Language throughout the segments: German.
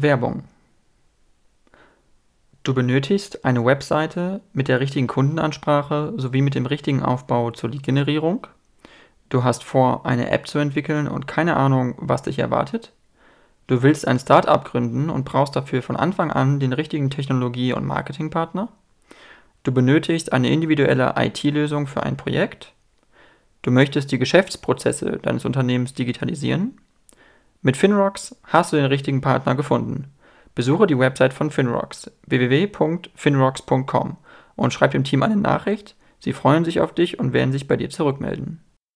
Werbung. Du benötigst eine Webseite mit der richtigen Kundenansprache sowie mit dem richtigen Aufbau zur Lead-Generierung. Du hast vor, eine App zu entwickeln und keine Ahnung, was dich erwartet. Du willst ein Startup gründen und brauchst dafür von Anfang an den richtigen Technologie- und Marketingpartner. Du benötigst eine individuelle IT-Lösung für ein Projekt. Du möchtest die Geschäftsprozesse deines Unternehmens digitalisieren. Mit Finrocks hast du den richtigen Partner gefunden. Besuche die Website von Finrocks www.finrocks.com und schreib dem Team eine Nachricht. Sie freuen sich auf dich und werden sich bei dir zurückmelden.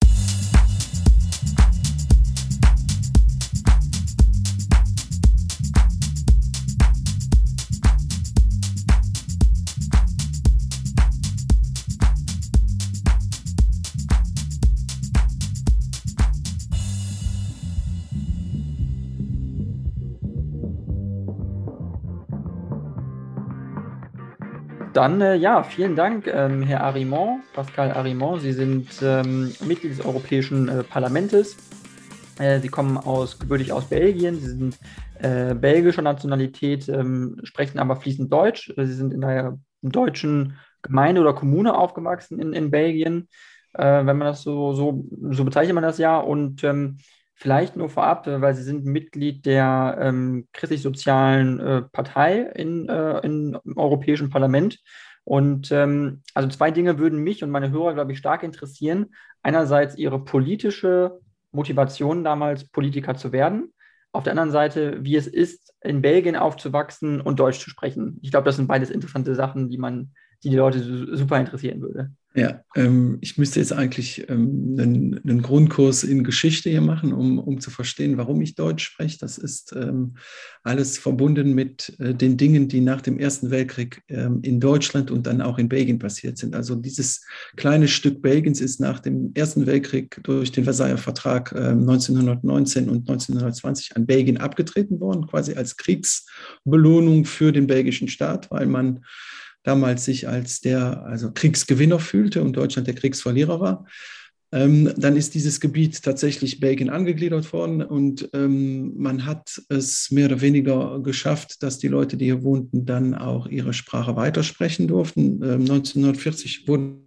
Dann vielen Dank, Herr Arimont, Pascal Arimont. Sie sind Mitglied des Europäischen Parlaments. Sie kommen gebürtig aus Belgien. Sie sind belgischer Nationalität, sprechen aber fließend Deutsch. Sie sind in einer deutschen Gemeinde oder Kommune aufgewachsen in Belgien, wenn man das so bezeichnet man das ja. Und vielleicht nur vorab, weil Sie sind Mitglied der christlich-sozialen Partei im Europäischen Parlament. Und also zwei Dinge würden mich und meine Hörer, glaube ich, stark interessieren. Einerseits Ihre politische Motivation, damals Politiker zu werden. Auf der anderen Seite, wie es ist, in Belgien aufzuwachsen und Deutsch zu sprechen. Ich glaube, das sind beides interessante Sachen, die Leute super interessieren würde. Ja, ich müsste jetzt eigentlich einen Grundkurs in Geschichte hier machen, um zu verstehen, warum ich Deutsch spreche. Das ist alles verbunden mit den Dingen, die nach dem Ersten Weltkrieg in Deutschland und dann auch in Belgien passiert sind. Also dieses kleine Stück Belgiens ist nach dem Ersten Weltkrieg durch den Versailler Vertrag 1919 und 1920 an Belgien abgetreten worden, quasi als Kriegsbelohnung für den belgischen Staat, weil man damals sich als der Kriegsgewinner fühlte und Deutschland der Kriegsverlierer war. Dann ist dieses Gebiet tatsächlich Belgien angegliedert worden und man hat es mehr oder weniger geschafft, dass die Leute, die hier wohnten, dann auch ihre Sprache weitersprechen durften. 1940 wurde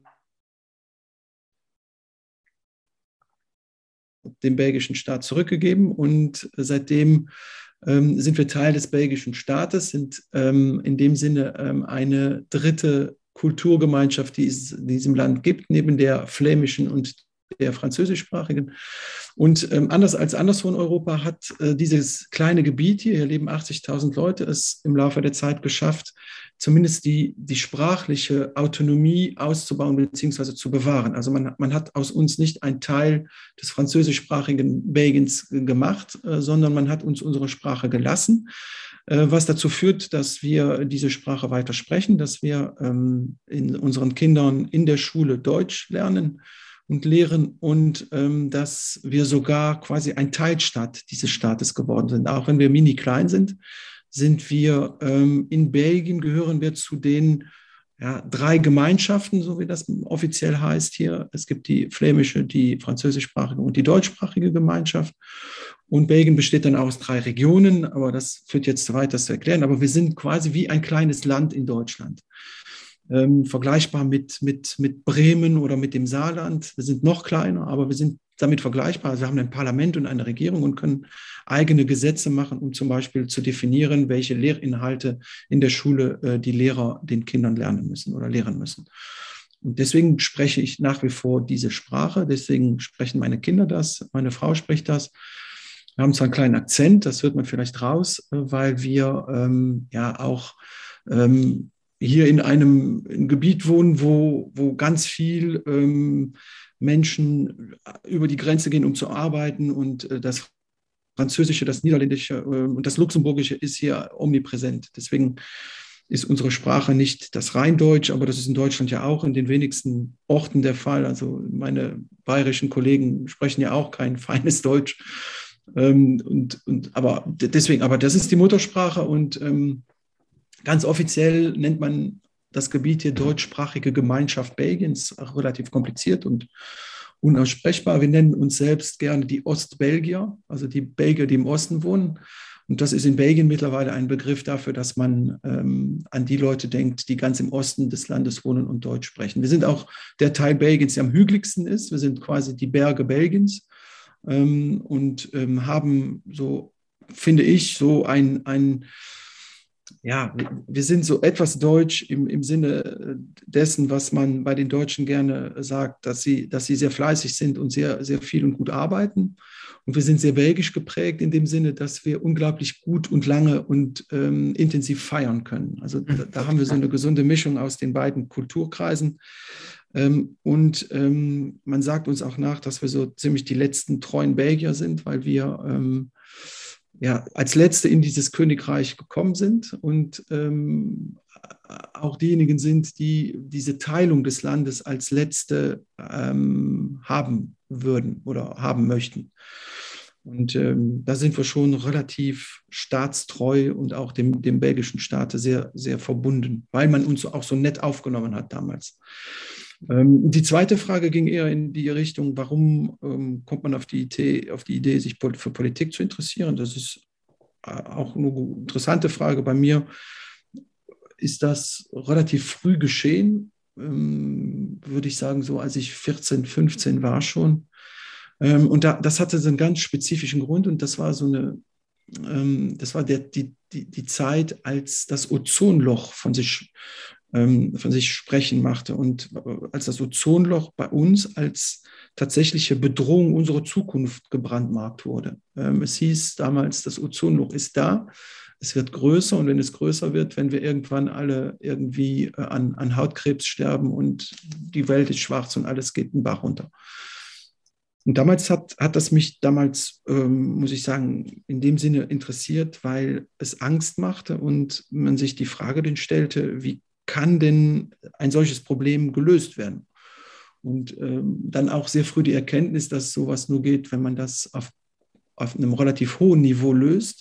dem belgischen Staat zurückgegeben und seitdem sind wir Teil des belgischen Staates, sind in dem Sinne eine dritte Kulturgemeinschaft, die es in diesem Land gibt, neben der flämischen und der französischsprachigen. Und anders als anderswo in Europa hat dieses kleine Gebiet hier leben 80.000 Leute, es im Laufe der Zeit geschafft, zumindest die sprachliche Autonomie auszubauen bzw. zu bewahren. Also man hat aus uns nicht einen Teil des französischsprachigen Belgiens gemacht, sondern man hat uns unsere Sprache gelassen, was dazu führt, dass wir diese Sprache weiter sprechen, dass wir in unseren Kindern in der Schule Deutsch lernen und lehren und dass wir sogar quasi ein Teilstaat dieses Staates geworden sind. Auch wenn wir mini klein sind wir in Belgien, gehören wir zu den drei Gemeinschaften, so wie das offiziell heißt hier. Es gibt die flämische, die französischsprachige und die deutschsprachige Gemeinschaft. Und Belgien besteht dann aus drei Regionen, aber das führt jetzt zu weit, das zu erklären. Aber wir sind quasi wie ein kleines Land in Deutschland. Vergleichbar mit Bremen oder mit dem Saarland. Wir sind noch kleiner, aber wir sind damit vergleichbar. Also wir haben ein Parlament und eine Regierung und können eigene Gesetze machen, um zum Beispiel zu definieren, welche Lehrinhalte in der Schule die Lehrer den Kindern lernen müssen oder lehren müssen. Und deswegen spreche ich nach wie vor diese Sprache. Deswegen sprechen meine Kinder das, meine Frau spricht das. Wir haben zwar einen kleinen Akzent, das hört man vielleicht raus, weil wir auch hier in einem Gebiet wohnen, wo ganz viel Menschen über die Grenze gehen, um zu arbeiten. Und das Französische, das Niederländische und das Luxemburgische ist hier omnipräsent. Deswegen ist unsere Sprache nicht das Rheindeutsch, aber das ist in Deutschland ja auch in den wenigsten Orten der Fall. Also meine bayerischen Kollegen sprechen ja auch kein feines Deutsch. Aber das ist die Muttersprache und ganz offiziell nennt man das Gebiet hier deutschsprachige Gemeinschaft Belgiens, auch relativ kompliziert und unaussprechbar. Wir nennen uns selbst gerne die Ostbelgier, also die Belgier, die im Osten wohnen. Und das ist in Belgien mittlerweile ein Begriff dafür, dass man an die Leute denkt, die ganz im Osten des Landes wohnen und Deutsch sprechen. Wir sind auch der Teil Belgiens, der am hügeligsten ist. Wir sind quasi die Berge Belgiens und haben so, finde ich, so ja, wir sind so etwas deutsch im Sinne dessen, was man bei den Deutschen gerne sagt, dass sie sehr fleißig sind und sehr, sehr viel und gut arbeiten. Und wir sind sehr belgisch geprägt in dem Sinne, dass wir unglaublich gut und lange und intensiv feiern können. Also da haben wir so eine gesunde Mischung aus den beiden Kulturkreisen. Man sagt uns auch nach, dass wir so ziemlich die letzten treuen Belgier sind, weil wir ja, als Letzte in dieses Königreich gekommen sind und auch diejenigen sind, die diese Teilung des Landes als Letzte haben würden oder haben möchten. Und da sind wir schon relativ staatstreu und auch dem belgischen Staate sehr, sehr verbunden, weil man uns auch so nett aufgenommen hat damals. Die zweite Frage ging eher in die Richtung, warum kommt man auf die Idee, sich für Politik zu interessieren? Das ist auch eine interessante Frage. Bei mir ist das relativ früh geschehen, würde ich sagen, so als ich 14, 15 war schon. Und das hatte so einen ganz spezifischen Grund und das war das war die Zeit, als das Ozonloch von sich sprechen machte und als das Ozonloch bei uns als tatsächliche Bedrohung unserer Zukunft gebrandmarkt wurde. Es hieß damals, das Ozonloch ist da, es wird größer und wenn es größer wird, wenn wir irgendwann alle irgendwie an Hautkrebs sterben und die Welt ist schwarz und alles geht den Bach runter. Und damals hat das mich muss ich sagen, in dem Sinne interessiert, weil es Angst machte und man sich die Frage dann stellte, wie kann denn ein solches Problem gelöst werden? Und dann auch sehr früh die Erkenntnis, dass sowas nur geht, wenn man das auf einem relativ hohen Niveau löst,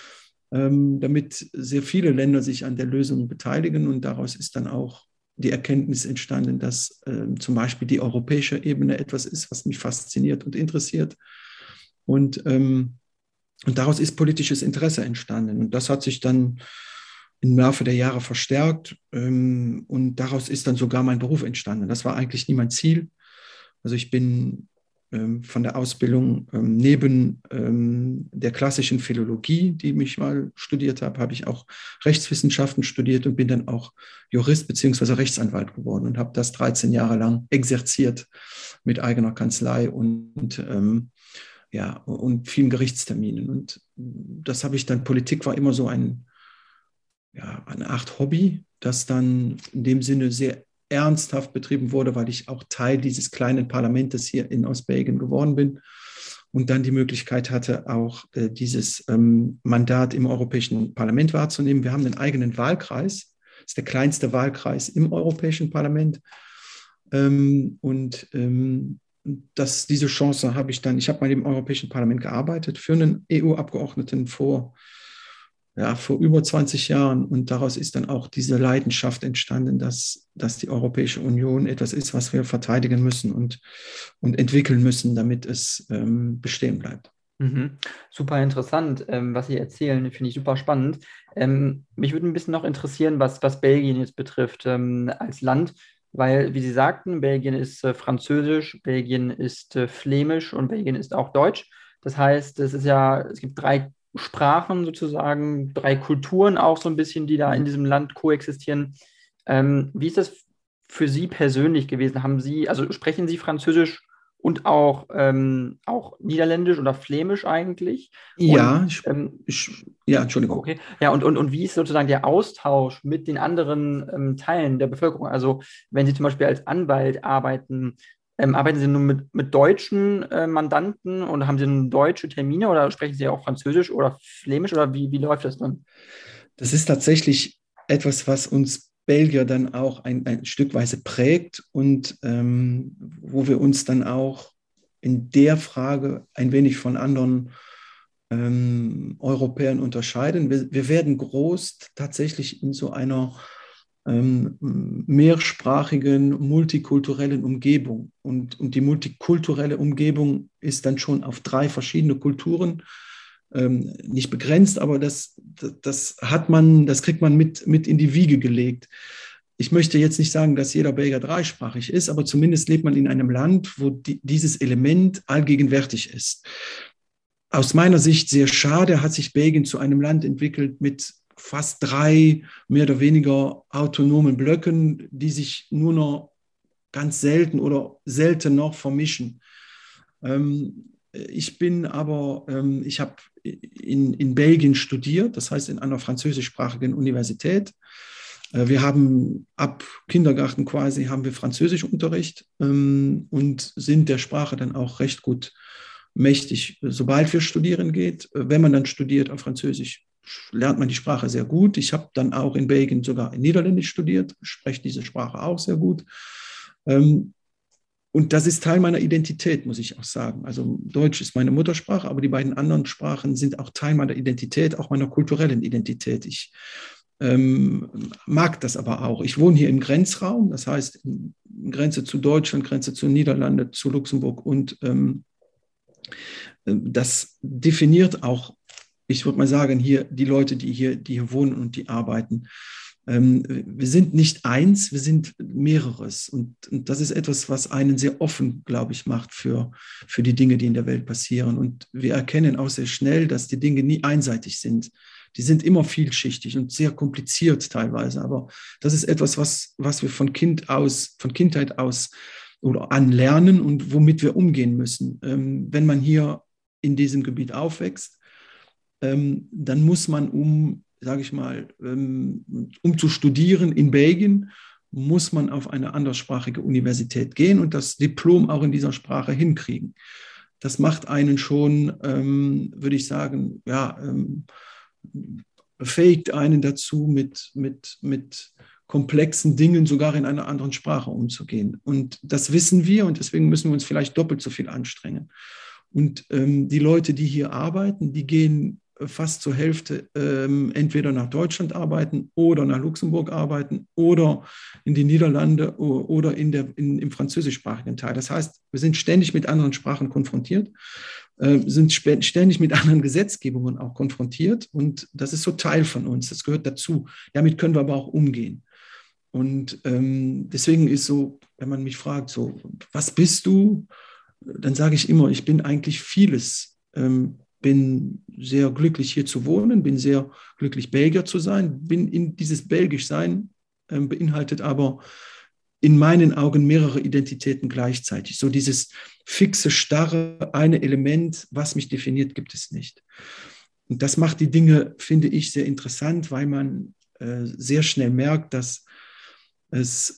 damit sehr viele Länder sich an der Lösung beteiligen. Und daraus ist dann auch die Erkenntnis entstanden, dass zum Beispiel die europäische Ebene etwas ist, was mich fasziniert und interessiert. Und daraus ist politisches Interesse entstanden. Und das hat sich dann im Laufe der Jahre verstärkt. Und daraus ist dann sogar mein Beruf entstanden. Das war eigentlich nie mein Ziel. Also ich bin von der Ausbildung neben der klassischen Philologie, die ich mal studiert habe ich auch Rechtswissenschaften studiert und bin dann auch Jurist bzw. Rechtsanwalt geworden und habe das 13 Jahre lang exerziert mit eigener Kanzlei und vielen Gerichtsterminen. Und das habe ich dann, Politik war immer so eine Art Hobby, das dann in dem Sinne sehr ernsthaft betrieben wurde, weil ich auch Teil dieses kleinen Parlaments hier in Ostbelgien geworden bin und dann die Möglichkeit hatte, auch dieses Mandat im Europäischen Parlament wahrzunehmen. Wir haben einen eigenen Wahlkreis, das ist der kleinste Wahlkreis im Europäischen Parlament. Diese Chance habe ich mal im Europäischen Parlament gearbeitet für einen EU-Abgeordneten vor über 20 Jahren und daraus ist dann auch diese Leidenschaft entstanden, dass die Europäische Union etwas ist, was wir verteidigen müssen und entwickeln müssen, damit es bestehen bleibt. Mhm. Super interessant, was Sie erzählen, finde ich super spannend. Mich würde ein bisschen noch interessieren, was Belgien jetzt betrifft als Land, weil, wie Sie sagten, Belgien ist Französisch, Belgien ist Flämisch und Belgien ist auch Deutsch. Das heißt, es gibt drei Sprachen sozusagen, drei Kulturen auch so ein bisschen, die da in diesem Land koexistieren. Wie ist das für Sie persönlich gewesen? Sprechen Sie Französisch und auch Niederländisch oder Flämisch eigentlich? Und, Entschuldigung. okay. Ja, und wie ist sozusagen der Austausch mit den anderen Teilen der Bevölkerung? Also, wenn Sie zum Beispiel als Anwalt arbeiten, arbeiten Sie nur mit deutschen Mandanten und haben Sie nun deutsche Termine oder sprechen Sie auch Französisch oder Flämisch oder wie läuft das dann? Das ist tatsächlich etwas, was uns Belgier dann auch ein Stückweise prägt und wo wir uns dann auch in der Frage ein wenig von anderen Europäern unterscheiden. Wir werden groß tatsächlich in so einer mehrsprachigen, multikulturellen Umgebung. Und die multikulturelle Umgebung ist dann schon auf drei verschiedene Kulturen nicht begrenzt, aber das kriegt man mit in die Wiege gelegt. Ich möchte jetzt nicht sagen, dass jeder Belgier dreisprachig ist, aber zumindest lebt man in einem Land, wo dieses Element allgegenwärtig ist. Aus meiner Sicht sehr schade, hat sich Belgien zu einem Land entwickelt mit fast 3 mehr oder weniger autonomen Blöcken, die sich nur noch ganz selten oder selten noch vermischen. Ich habe in Belgien studiert, das heißt in einer französischsprachigen Universität. Wir haben ab Kindergarten quasi haben wir Französischunterricht und sind der Sprache dann auch recht gut mächtig, sobald wir studieren geht. Wenn man dann studiert auf Französisch, lernt man die Sprache sehr gut. Ich habe dann auch in Belgien sogar in Niederländisch studiert, spreche diese Sprache auch sehr gut. Und das ist Teil meiner Identität, muss ich auch sagen. Also Deutsch ist meine Muttersprache, aber die beiden anderen Sprachen sind auch Teil meiner Identität, auch meiner kulturellen Identität. Ich mag das aber auch. Ich wohne hier im Grenzraum, das heißt Grenze zu Deutschland, Grenze zu Niederlande, zu Luxemburg und das definiert auch, ich würde mal sagen, hier die Leute, die hier wohnen und die arbeiten. Wir sind nicht eins, wir sind mehreres. Und das ist etwas, was einen sehr offen, glaube ich, macht für die Dinge, die in der Welt passieren. Und wir erkennen auch sehr schnell, dass die Dinge nie einseitig sind. Die sind immer vielschichtig und sehr kompliziert teilweise. Aber das ist etwas, was wir von Kindheit aus oder anlernen und womit wir umgehen müssen. Wenn man hier in diesem Gebiet aufwächst, dann muss man, sage ich mal, um zu studieren in Belgien, muss man auf eine anderssprachige Universität gehen und das Diplom auch in dieser Sprache hinkriegen. Das macht einen schon, würde ich sagen, ja, befähigt einen dazu, mit komplexen Dingen sogar in einer anderen Sprache umzugehen. Und das wissen wir und deswegen müssen wir uns vielleicht doppelt so viel anstrengen. Und die Leute, die hier arbeiten, die gehen fast zur Hälfte entweder nach Deutschland arbeiten oder nach Luxemburg arbeiten oder in die Niederlande oder im französischsprachigen Teil. Das heißt, wir sind ständig mit anderen Sprachen konfrontiert, sind ständig mit anderen Gesetzgebungen auch konfrontiert und das ist so Teil von uns, das gehört dazu. Damit können wir aber auch umgehen. Und deswegen ist so, wenn man mich fragt, so, was bist du? Dann sage ich immer, ich bin eigentlich vieles. Bin sehr glücklich hier zu wohnen, bin sehr glücklich Belgier zu sein, bin in dieses Belgischsein beinhaltet aber in meinen Augen mehrere Identitäten gleichzeitig. So dieses fixe, starre, eine Element, was mich definiert, gibt es nicht. Und das macht die Dinge, finde ich, sehr interessant, weil man sehr schnell merkt, dass es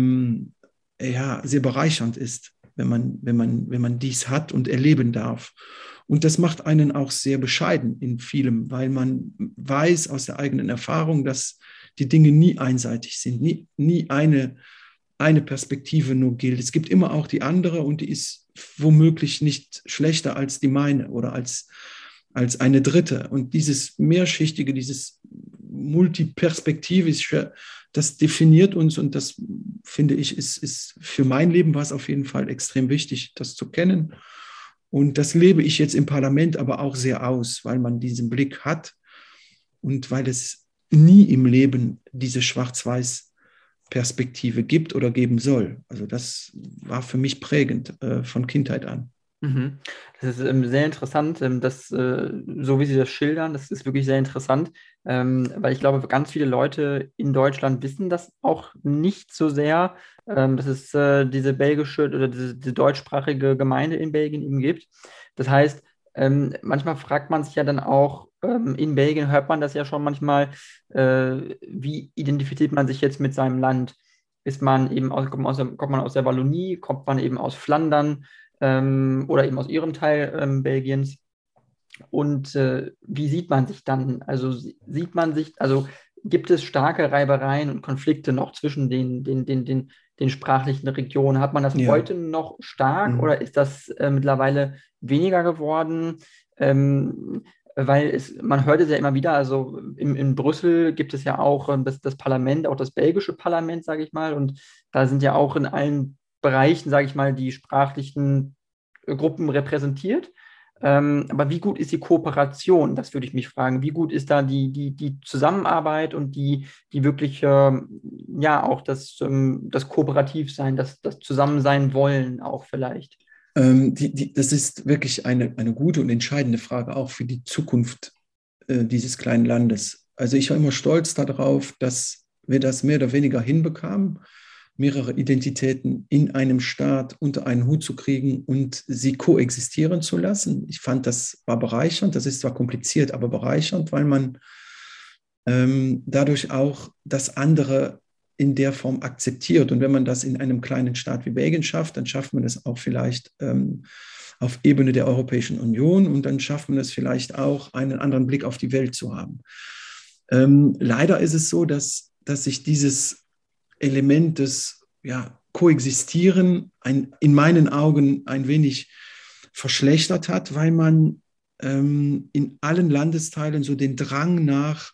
sehr bereichernd ist, wenn man dies hat und erleben darf. Und das macht einen auch sehr bescheiden in vielem, weil man weiß aus der eigenen Erfahrung, dass die Dinge nie einseitig sind, nie eine Perspektive nur gilt. Es gibt immer auch die andere und die ist womöglich nicht schlechter als die meine oder als eine dritte. Und dieses Mehrschichtige, dieses Multiperspektivische, das definiert uns und das, finde ich, ist für mein Leben war es auf jeden Fall extrem wichtig, das zu kennen. Und das lebe ich jetzt im Parlament aber auch sehr aus, weil man diesen Blick hat und weil es nie im Leben diese Schwarz-Weiß-Perspektive gibt oder geben soll. Also das war für mich prägend von Kindheit an. Mhm. Das ist sehr interessant, so wie Sie das schildern, das ist wirklich sehr interessant, weil ich glaube, ganz viele Leute in Deutschland wissen das auch nicht so sehr, dass es diese belgische oder diese deutschsprachige Gemeinde in Belgien eben gibt. Das heißt, manchmal fragt man sich ja dann auch, in Belgien hört man das ja schon manchmal, wie identifiziert man sich jetzt mit seinem Land? Kommt man aus der Wallonie, kommt man eben aus Flandern? Oder eben aus ihrem Teil Belgiens. Und wie sieht man sich dann? Also sieht man sich, also gibt es starke Reibereien und Konflikte noch zwischen den sprachlichen Regionen? Hat man das Ja. heute noch stark Mhm. oder ist das mittlerweile weniger geworden? Weil man hört es ja immer wieder, also in Brüssel gibt es ja auch das Parlament, auch das belgische Parlament, sage ich mal, und da sind ja auch in allen Bereichen, sage ich mal, die sprachlichen Gruppen repräsentiert. Aber wie gut ist die Kooperation? Das würde ich mich fragen. Wie gut ist da die Zusammenarbeit und die wirklich, ja, auch das Kooperativsein, das Zusammensein wollen auch vielleicht? Das ist wirklich eine gute und entscheidende Frage auch für die Zukunft dieses kleinen Landes. Also ich war immer stolz darauf, dass wir das mehr oder weniger hinbekamen, mehrere Identitäten in einem Staat unter einen Hut zu kriegen und sie koexistieren zu lassen. Ich fand, das war bereichernd. Das ist zwar kompliziert, aber bereichernd, weil man dadurch auch das andere in der Form akzeptiert. Und wenn man das in einem kleinen Staat wie Belgien schafft, dann schafft man das auch vielleicht auf Ebene der Europäischen Union und dann schafft man es vielleicht auch, einen anderen Blick auf die Welt zu haben. Leider ist es so, dass sich dieses Element des Koexistieren in meinen Augen ein wenig verschlechtert hat, weil man in allen Landesteilen so den Drang nach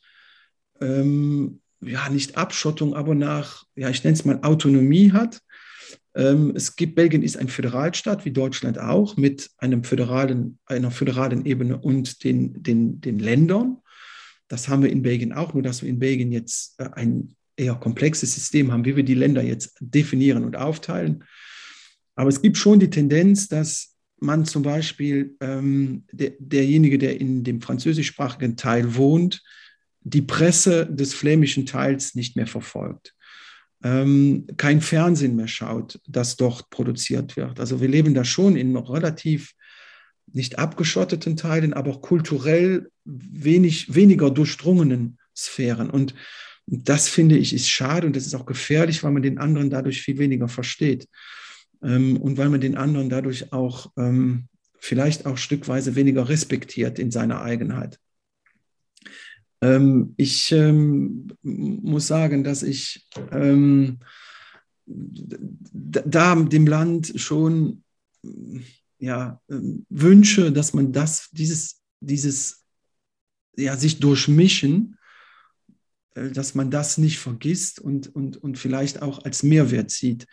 nicht Abschottung, aber nach, ich nenne es mal Autonomie hat. Belgien ist ein Föderalstaat, wie Deutschland auch, mit einer föderalen Ebene und den Ländern. Das haben wir in Belgien auch, nur dass wir in Belgien jetzt ein eher komplexes System haben, wie wir die Länder jetzt definieren und aufteilen. Aber es gibt schon die Tendenz, dass man zum Beispiel derjenige, der in dem französischsprachigen Teil wohnt, die Presse des flämischen Teils nicht mehr verfolgt, kein Fernsehen mehr schaut, das dort produziert wird. Also wir leben da schon in relativ nicht abgeschotteten Teilen, aber auch kulturell weniger durchdrungenen Sphären. Und das, finde ich, ist schade und das ist auch gefährlich, weil man den anderen dadurch viel weniger versteht. Und weil man den anderen dadurch auch vielleicht auch stückweise weniger respektiert in seiner Eigenheit. Ich muss sagen, dass ich da dem Land schon wünsche, dass man dieses sich durchmischen, dass man das nicht vergisst und vielleicht auch als Mehrwert sieht.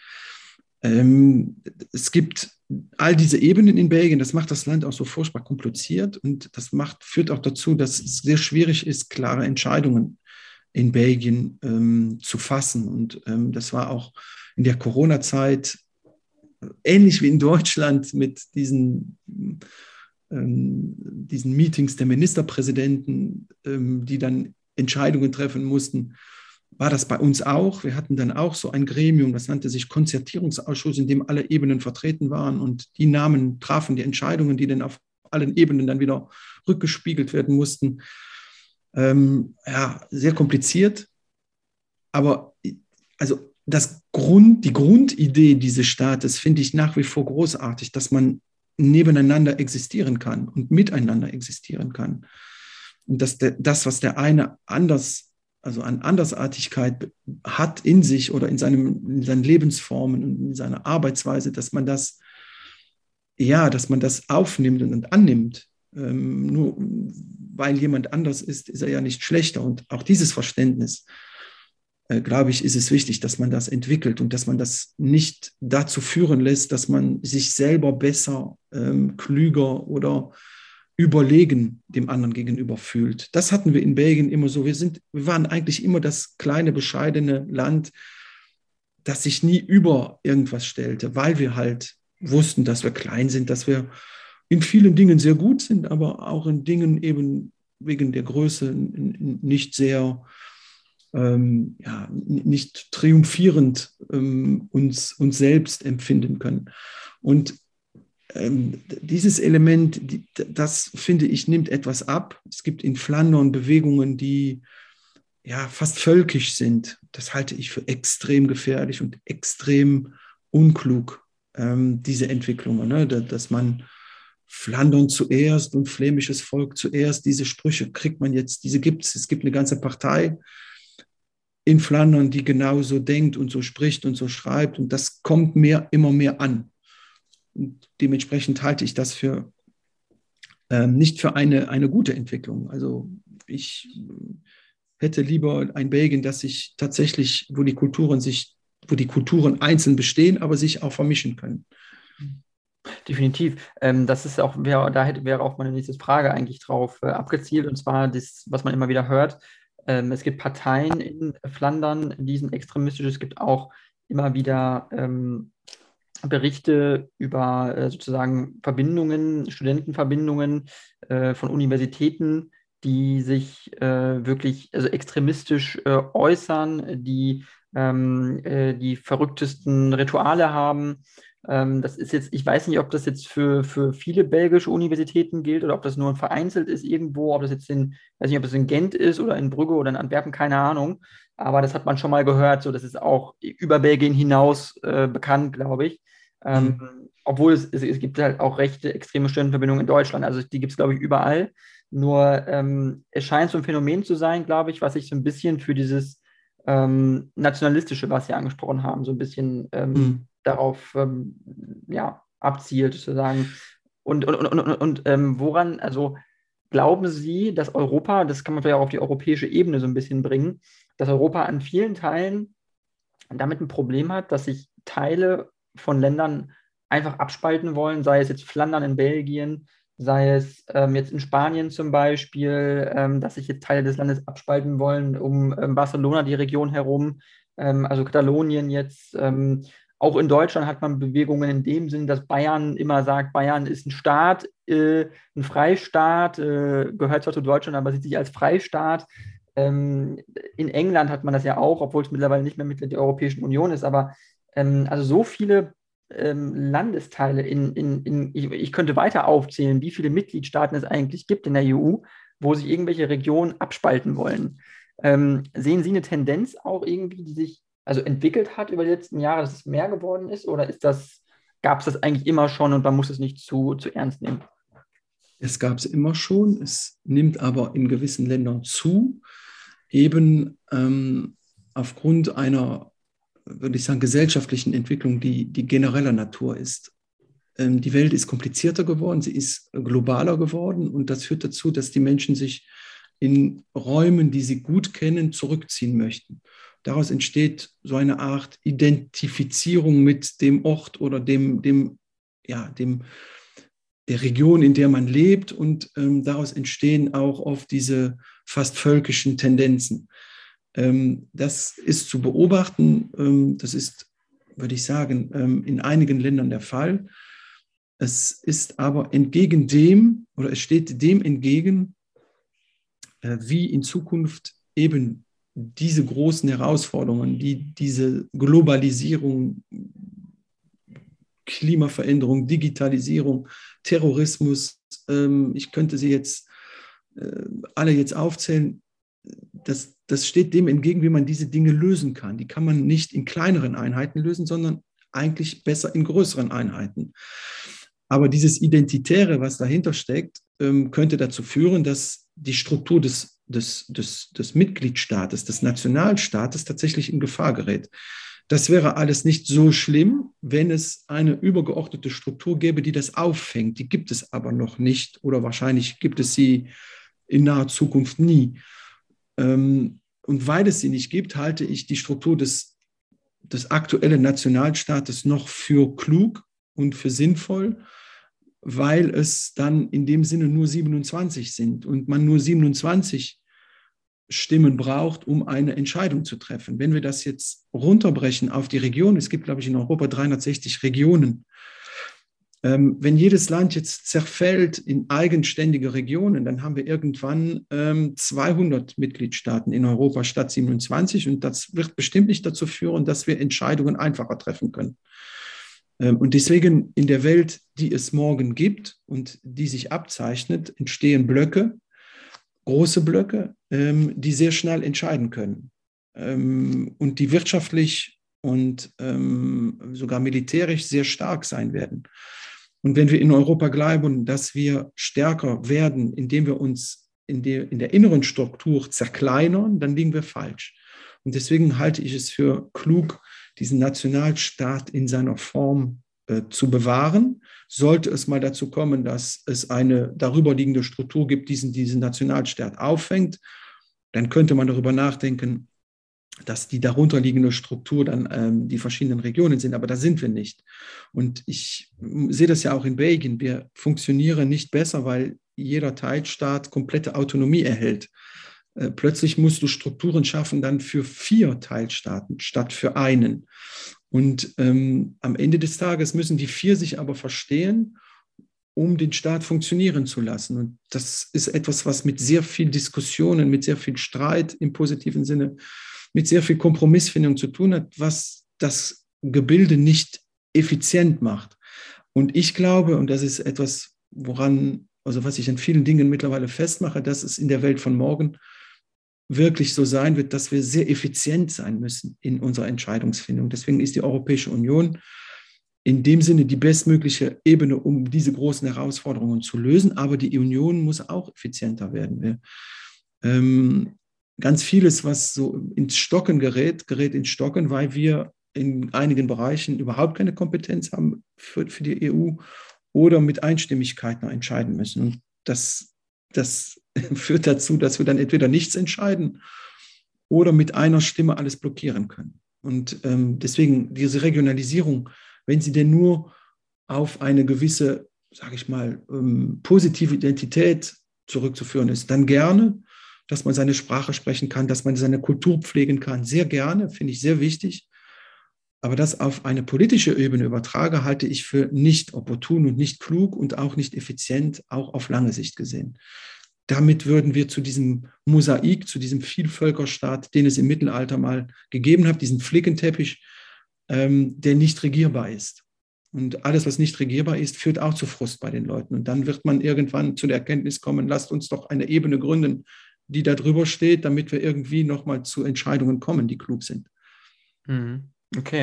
Es gibt all diese Ebenen in Belgien, das macht das Land auch so furchtbar kompliziert und das führt auch dazu, dass es sehr schwierig ist, klare Entscheidungen in Belgien zu fassen. Und das war auch in der Corona-Zeit ähnlich wie in Deutschland mit diesen Meetings der Ministerpräsidenten, die dann Entscheidungen treffen mussten, war das bei uns auch. Wir hatten dann auch so ein Gremium, das nannte sich Konzertierungsausschuss, in dem alle Ebenen vertreten waren und die trafen die Entscheidungen, die dann auf allen Ebenen dann wieder rückgespiegelt werden mussten. Sehr kompliziert, aber also die Grundidee dieses Staates finde ich nach wie vor großartig, dass man nebeneinander existieren kann und miteinander existieren kann. Und dass was der eine an Andersartigkeit hat in sich oder in seinen Lebensformen und in seiner Arbeitsweise, dass man das aufnimmt und annimmt. Nur weil jemand anders ist er ja nicht schlechter. Und auch dieses Verständnis, glaube ich, ist es wichtig, dass man das entwickelt und dass man das nicht dazu führen lässt, dass man sich selber besser, klüger oder überlegen dem anderen gegenüber fühlt. Das hatten wir in Belgien immer so. Wir waren eigentlich immer das kleine, bescheidene Land, das sich nie über irgendwas stellte, weil wir halt wussten, dass wir klein sind, dass wir in vielen Dingen sehr gut sind, aber auch in Dingen eben wegen der Größe nicht sehr, nicht triumphierend uns selbst empfinden können. Und dieses Element, das finde ich, nimmt etwas ab. Es gibt in Flandern Bewegungen, die fast völkisch sind. Das halte ich für extrem gefährlich und extrem unklug, diese Entwicklungen, ne? Dass man Flandern zuerst und flämisches Volk zuerst, diese Sprüche kriegt man jetzt, es gibt eine ganze Partei in Flandern, die genauso denkt und so spricht und so schreibt und das kommt immer mehr an. Und dementsprechend halte ich das für nicht für eine gute Entwicklung. Also ich hätte lieber ein Belgien, das sich tatsächlich, wo die Kulturen einzeln bestehen, aber sich auch vermischen können. Definitiv. Das ist auch, wäre auch meine nächste Frage eigentlich drauf abgezielt, und zwar das, was man immer wieder hört. Es gibt Parteien in Flandern, die sind extremistisch. Es gibt auch immer wieder Berichte über sozusagen Verbindungen, Studentenverbindungen von Universitäten, die sich wirklich also extremistisch äußern, die verrücktesten Rituale haben. Das ist jetzt, ich weiß nicht, ob das jetzt für viele belgische Universitäten gilt oder ob das nur vereinzelt ist irgendwo, ob das jetzt weiß nicht, ob das in Gent ist oder in Brügge oder in Antwerpen, keine Ahnung. Aber das hat man schon mal gehört, so das ist auch über Belgien hinaus bekannt, glaube ich. Ähm, Mhm. Obwohl es gibt halt auch rechte extreme Studentenverbindungen in Deutschland, also die gibt es, glaube ich, überall. Nur es scheint so ein Phänomen zu sein, glaube ich, was sich so ein bisschen für dieses Nationalistische, was Sie angesprochen haben, so ein bisschen Mhm. darauf ja, abzielt, sozusagen. Woran, also glauben Sie, dass Europa, das kann man vielleicht auch auf die europäische Ebene so ein bisschen bringen, dass Europa an vielen Teilen damit ein Problem hat, dass sich Teile von Ländern einfach abspalten wollen, sei es jetzt Flandern in Belgien, sei es jetzt in Spanien zum Beispiel, dass sich jetzt Teile des Landes abspalten wollen, um Barcelona, die Region herum, also Katalonien jetzt. Auch in Deutschland hat man Bewegungen in dem Sinn, dass Bayern immer sagt, Bayern ist ein Staat, ein Freistaat, gehört zwar zu Deutschland, aber sieht sich als Freistaat. Ähm, in England hat man das ja auch, obwohl es mittlerweile nicht mehr Mitglied der Europäischen Union ist, aber also so viele Landesteile ich könnte weiter aufzählen, wie viele Mitgliedstaaten es eigentlich gibt in der EU, wo sich irgendwelche Regionen abspalten wollen. Sehen Sie eine Tendenz auch irgendwie, die sich also entwickelt hat über die letzten Jahre, dass es mehr geworden ist, oder gab es das eigentlich immer schon und man muss es nicht zu ernst nehmen? Es gab es immer schon, es nimmt aber in gewissen Ländern zu, eben aufgrund einer, würde ich sagen, gesellschaftlichen Entwicklung, die genereller Natur ist. Die Welt ist komplizierter geworden, sie ist globaler geworden und das führt dazu, dass die Menschen sich in Räumen, die sie gut kennen, zurückziehen möchten. Daraus entsteht so eine Art Identifizierung mit dem Ort oder ja, der Region, in der man lebt, und daraus entstehen auch oft diese fast völkischen Tendenzen. Das ist zu beobachten, das ist, würde ich sagen, in einigen Ländern der Fall. Es ist aber entgegen dem, oder es steht dem entgegen, wie in Zukunft eben diese großen Herausforderungen, die diese Globalisierung, Klimaveränderung, Digitalisierung, Terrorismus, ich könnte sie jetzt alle jetzt aufzählen, das steht dem entgegen, wie man diese Dinge lösen kann. Die kann man nicht in kleineren Einheiten lösen, sondern eigentlich besser in größeren Einheiten. Aber dieses Identitäre, was dahinter steckt, könnte dazu führen, dass die Struktur des Mitgliedstaates, des Nationalstaates tatsächlich in Gefahr gerät. Das wäre alles nicht so schlimm, wenn es eine übergeordnete Struktur gäbe, die das auffängt. Die gibt es aber noch nicht oder wahrscheinlich gibt es sie in naher Zukunft nie. Und weil es sie nicht gibt, halte ich die Struktur des aktuellen Nationalstaates noch für klug und für sinnvoll, weil es dann in dem Sinne nur 27 sind und man nur 27 Stimmen braucht, um eine Entscheidung zu treffen. Wenn wir das jetzt runterbrechen auf die Region, es gibt, glaube ich, in Europa 360 Regionen. Wenn jedes Land jetzt zerfällt in eigenständige Regionen, dann haben wir irgendwann 200 Mitgliedstaaten in Europa statt 27 und das wird bestimmt nicht dazu führen, dass wir Entscheidungen einfacher treffen können. Und deswegen in der Welt, die es morgen gibt und die sich abzeichnet, entstehen Blöcke, große Blöcke, die sehr schnell entscheiden können und die wirtschaftlich und sogar militärisch sehr stark sein werden. Und wenn wir in Europa glauben, dass wir stärker werden, indem wir uns in der inneren Struktur zerkleinern, dann liegen wir falsch. Und deswegen halte ich es für klug, diesen Nationalstaat in seiner Form zu bewahren. Sollte es mal dazu kommen, dass es eine darüberliegende Struktur gibt, die diesen Nationalstaat auffängt, dann könnte man darüber nachdenken, dass die darunterliegende Struktur dann die verschiedenen Regionen sind, aber da sind wir nicht. Und ich sehe das ja auch in Belgien. Wir funktionieren nicht besser, weil jeder Teilstaat komplette Autonomie erhält. Plötzlich musst du Strukturen schaffen dann für 4 Teilstaaten statt für einen. Und am Ende des Tages müssen die 4 sich aber verstehen, um den Staat funktionieren zu lassen. Und das ist etwas, was mit sehr viel Diskussionen, mit sehr viel Streit im positiven Sinne, mit sehr viel Kompromissfindung zu tun hat, was das Gebilde nicht effizient macht. Und ich glaube, und das ist etwas, also was ich an vielen Dingen mittlerweile festmache, dass es in der Welt von morgen wirklich so sein wird, dass wir sehr effizient sein müssen in unserer Entscheidungsfindung. Deswegen ist die Europäische Union in dem Sinne die bestmögliche Ebene, um diese großen Herausforderungen zu lösen. Aber die Union muss auch effizienter werden. Ganz vieles, was so ins Stocken gerät ins Stocken, weil wir in einigen Bereichen überhaupt keine Kompetenz haben für die EU oder mit Einstimmigkeit noch entscheiden müssen. Und das führt dazu, dass wir dann entweder nichts entscheiden oder mit einer Stimme alles blockieren können. Und deswegen diese Regionalisierung, wenn sie denn nur auf eine gewisse, sage ich mal, positive Identität zurückzuführen ist, dann gerne, dass man seine Sprache sprechen kann, dass man seine Kultur pflegen kann, sehr gerne, finde ich sehr wichtig. Aber das auf eine politische Ebene übertrage, halte ich für nicht opportun und nicht klug und auch nicht effizient, auch auf lange Sicht gesehen. Damit würden wir zu diesem Mosaik, zu diesem Vielvölkerstaat, den es im Mittelalter mal gegeben hat, diesen Flickenteppich, der nicht regierbar ist. Und alles, was nicht regierbar ist, führt auch zu Frust bei den Leuten. Und dann wird man irgendwann zu der Erkenntnis kommen, lasst uns doch eine Ebene gründen, die da drüber steht, damit wir irgendwie nochmal zu Entscheidungen kommen, die klug sind. Okay.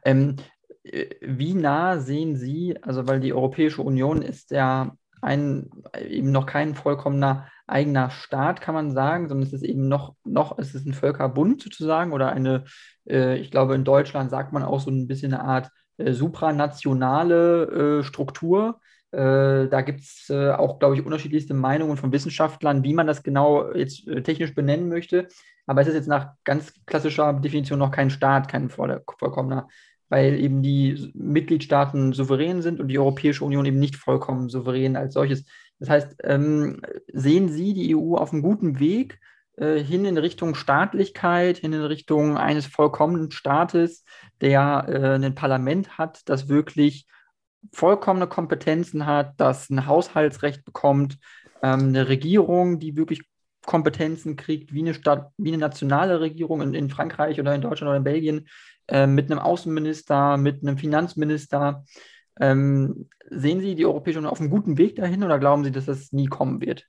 Wie nah sehen Sie, also weil die Europäische Union ist ja eben noch kein vollkommener eigener Staat, kann man sagen, sondern es ist eben noch es ist ein Völkerbund sozusagen oder ich glaube in Deutschland sagt man auch so ein bisschen eine Art supranationale Struktur. Da gibt es auch, glaube ich, unterschiedlichste Meinungen von Wissenschaftlern, wie man das genau jetzt technisch benennen möchte. Aber es ist jetzt nach ganz klassischer Definition noch kein Staat, kein vollkommener, weil eben die Mitgliedstaaten souverän sind und die Europäische Union eben nicht vollkommen souverän als solches. Das heißt, sehen Sie die EU auf einem guten Weg hin in Richtung Staatlichkeit, hin in Richtung eines vollkommenen Staates, der ein Parlament hat, das wirklich vollkommene Kompetenzen hat, das ein Haushaltsrecht bekommt, eine Regierung, die wirklich Kompetenzen kriegt, wie eine Stadt, wie eine nationale Regierung in Frankreich oder in Deutschland oder in Belgien, mit einem Außenminister, mit einem Finanzminister. Sehen Sie die Europäische Union auf einem guten Weg dahin oder glauben Sie, dass das nie kommen wird?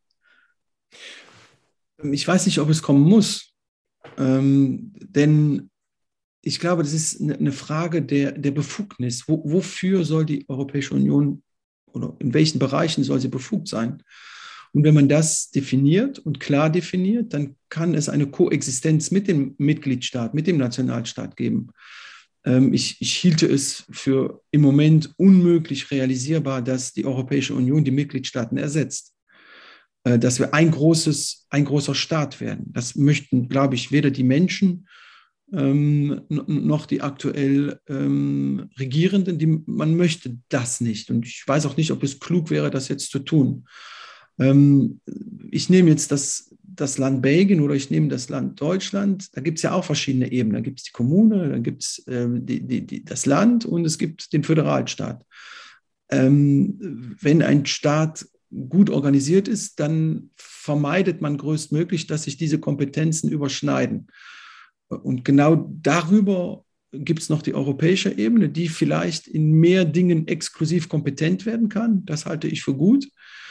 Ich weiß nicht, ob es kommen muss, denn ich glaube, das ist eine Frage der Befugnis. Wofür soll die Europäische Union oder in welchen Bereichen soll sie befugt sein? Und wenn man das definiert und klar definiert, dann kann es eine Koexistenz mit dem Mitgliedstaat, mit dem Nationalstaat geben. Ich hielte es für im Moment unmöglich realisierbar, dass die Europäische Union die Mitgliedstaaten ersetzt. Dass wir ein großer Staat werden. Das möchten, glaube ich, weder die Menschen noch die aktuell Regierenden. Man möchte das nicht. Und ich weiß auch nicht, ob es klug wäre, das jetzt zu tun. Ich nehme jetzt das Land Belgien oder ich nehme das Land Deutschland. Da gibt es ja auch verschiedene Ebenen. Da gibt es die Kommune, da gibt es das Land und es gibt den Föderalstaat. Wenn ein Staat gut organisiert ist, dann vermeidet man größtmöglich, dass sich diese Kompetenzen überschneiden. Und genau darüber gibt es noch die europäische Ebene, die vielleicht in mehr Dingen exklusiv kompetent werden kann. Das halte ich für gut.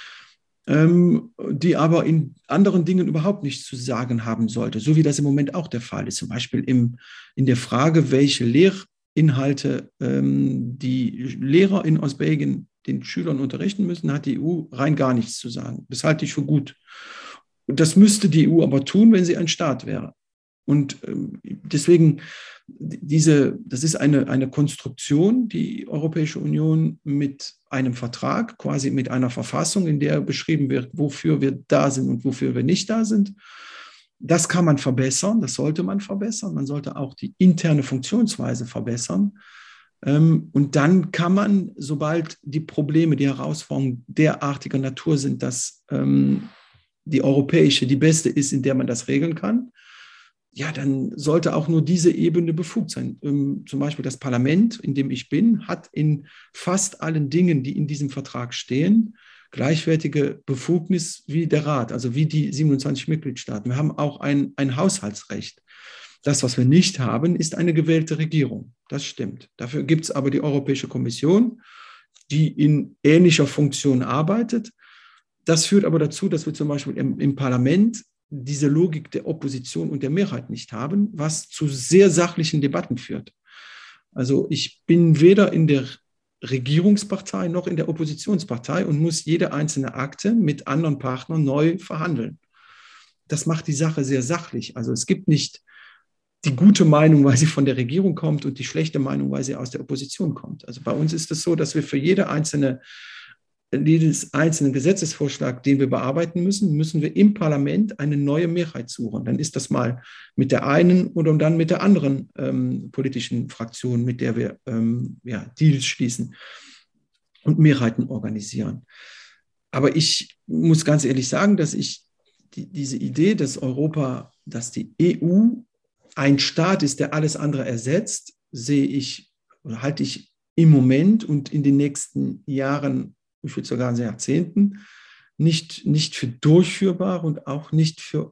Die aber in anderen Dingen überhaupt nichts zu sagen haben sollte, so wie das im Moment auch der Fall ist. Zum Beispiel in der Frage, welche Lehrinhalte die Lehrer in Ostbelgien den Schülern unterrichten müssen, hat die EU rein gar nichts zu sagen. Das halte ich für gut. Und das müsste die EU aber tun, wenn sie ein Staat wäre. Und deswegen, das ist eine Konstruktion, die Europäische Union mit einem Vertrag, quasi mit einer Verfassung, in der beschrieben wird, wofür wir da sind und wofür wir nicht da sind. Das kann man verbessern, das sollte man verbessern. Man sollte auch die interne Funktionsweise verbessern. Und dann kann man, sobald die Probleme, die Herausforderungen derartiger Natur sind, dass die europäische die beste ist, in der man das regeln kann, ja, dann sollte auch nur diese Ebene befugt sein. Zum Beispiel das Parlament, in dem ich bin, hat in fast allen Dingen, die in diesem Vertrag stehen, gleichwertige Befugnis wie der Rat, also wie die 27 Mitgliedstaaten. Wir haben auch ein Haushaltsrecht. Das, was wir nicht haben, ist eine gewählte Regierung. Das stimmt. Dafür gibt es aber die Europäische Kommission, die in ähnlicher Funktion arbeitet. Das führt aber dazu, dass wir zum Beispiel im Parlament diese Logik der Opposition und der Mehrheit nicht haben, was zu sehr sachlichen Debatten führt. Also ich bin weder in der Regierungspartei noch in der Oppositionspartei und muss jede einzelne Akte mit anderen Partnern neu verhandeln. Das macht die Sache sehr sachlich. Also es gibt nicht die gute Meinung, weil sie von der Regierung kommt und die schlechte Meinung, weil sie aus der Opposition kommt. Also bei uns ist es so, dass wir für jedes einzelne Gesetzesvorschlag, den wir bearbeiten müssen, müssen wir im Parlament eine neue Mehrheit suchen. Dann ist das mal mit der einen oder dann mit der anderen politischen Fraktion, mit der wir Deals schließen und Mehrheiten organisieren. Aber ich muss ganz ehrlich sagen, dass ich diese Idee, dass die EU ein Staat ist, der alles andere ersetzt, sehe ich oder halte ich im Moment und in den nächsten Jahren, ich würde sogar sagen Jahrzehnten, nicht für durchführbar und auch nicht für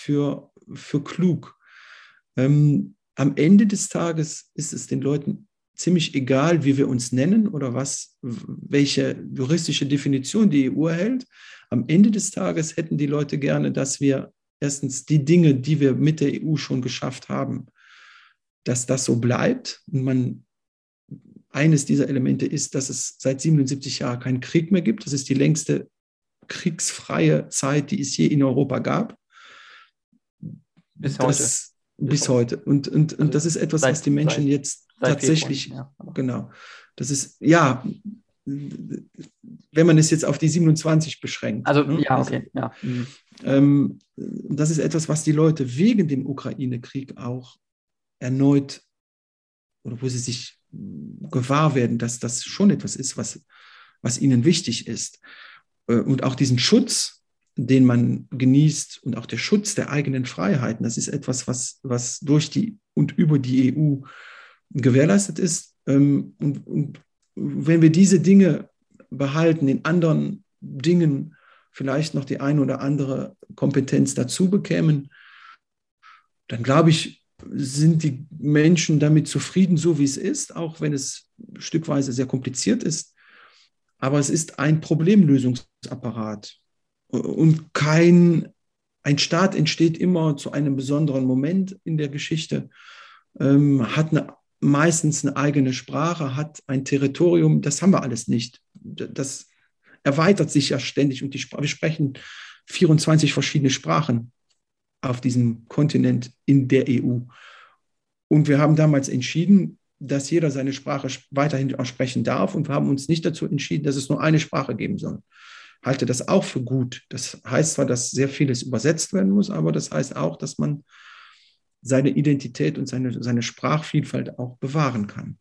klug. Am Ende des Tages ist es den Leuten ziemlich egal, wie wir uns nennen oder welche juristische Definition die EU erhält. Am Ende des Tages hätten die Leute gerne, dass wir erstens die Dinge, die wir mit der EU schon geschafft haben, dass das so bleibt. Und eines dieser Elemente ist, dass es seit 77 Jahren keinen Krieg mehr gibt. Das ist die längste kriegsfreie Zeit, die es je in Europa gab. Bis heute. Bis heute. Und also das ist etwas, was die Menschen jetzt tatsächlich, Februar, ja. Genau, das ist, ja, wenn man es jetzt auf die 27 beschränkt. Also, ne? Ja, okay, ja. Das ist etwas, was die Leute wegen dem Ukraine-Krieg auch erneut, oder wo sie sich gewahr werden, dass das schon etwas ist, was ihnen wichtig ist. Und auch diesen Schutz, den man genießt und auch der Schutz der eigenen Freiheiten, das ist etwas, was durch die und über die EU gewährleistet ist. Und wenn wir diese Dinge behalten, in anderen Dingen vielleicht noch die eine oder andere Kompetenz dazu bekämen, dann glaube ich, sind die Menschen damit zufrieden, so wie es ist, auch wenn es stückweise sehr kompliziert ist. Aber es ist ein Problemlösungsapparat. Und ein Staat entsteht immer zu einem besonderen Moment in der Geschichte, hat meistens eine eigene Sprache, hat ein Territorium. Das haben wir alles nicht. Das erweitert sich ja ständig und wir sprechen 24 verschiedene Sprachen auf diesem Kontinent in der EU. Und wir haben damals entschieden, dass jeder seine Sprache weiterhin sprechen darf und wir haben uns nicht dazu entschieden, dass es nur eine Sprache geben soll. Halte das auch für gut. Das heißt zwar, dass sehr vieles übersetzt werden muss, aber das heißt auch, dass man seine Identität und seine Sprachvielfalt auch bewahren kann.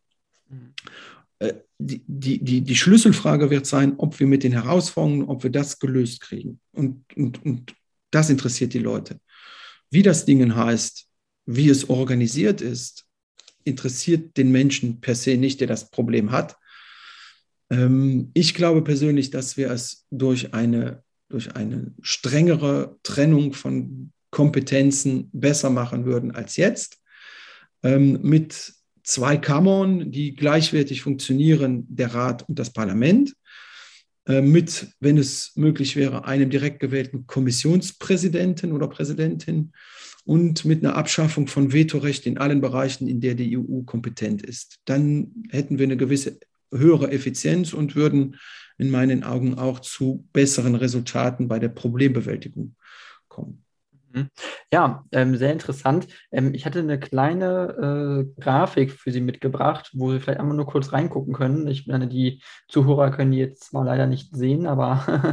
Die Schlüsselfrage wird sein, ob wir mit den Herausforderungen, ob wir das gelöst kriegen. Und das interessiert die Leute. Wie das Ding heißt, wie es organisiert ist, interessiert den Menschen per se nicht, der das Problem hat. Ich glaube persönlich, dass wir es durch eine strengere Trennung von Kompetenzen besser machen würden als jetzt. Mit 2 Kammern, die gleichwertig funktionieren, der Rat und das Parlament. Mit, wenn es möglich wäre, einem direkt gewählten Kommissionspräsidenten oder Präsidentin und mit einer Abschaffung von Vetorecht in allen Bereichen, in der die EU kompetent ist. Dann hätten wir eine gewisse höhere Effizienz und würden in meinen Augen auch zu besseren Resultaten bei der Problembewältigung kommen. Ja, sehr interessant. Ich hatte eine kleine Grafik für Sie mitgebracht, wo Sie vielleicht einmal nur kurz reingucken können. Ich meine, die Zuhörer können die jetzt zwar leider nicht sehen, aber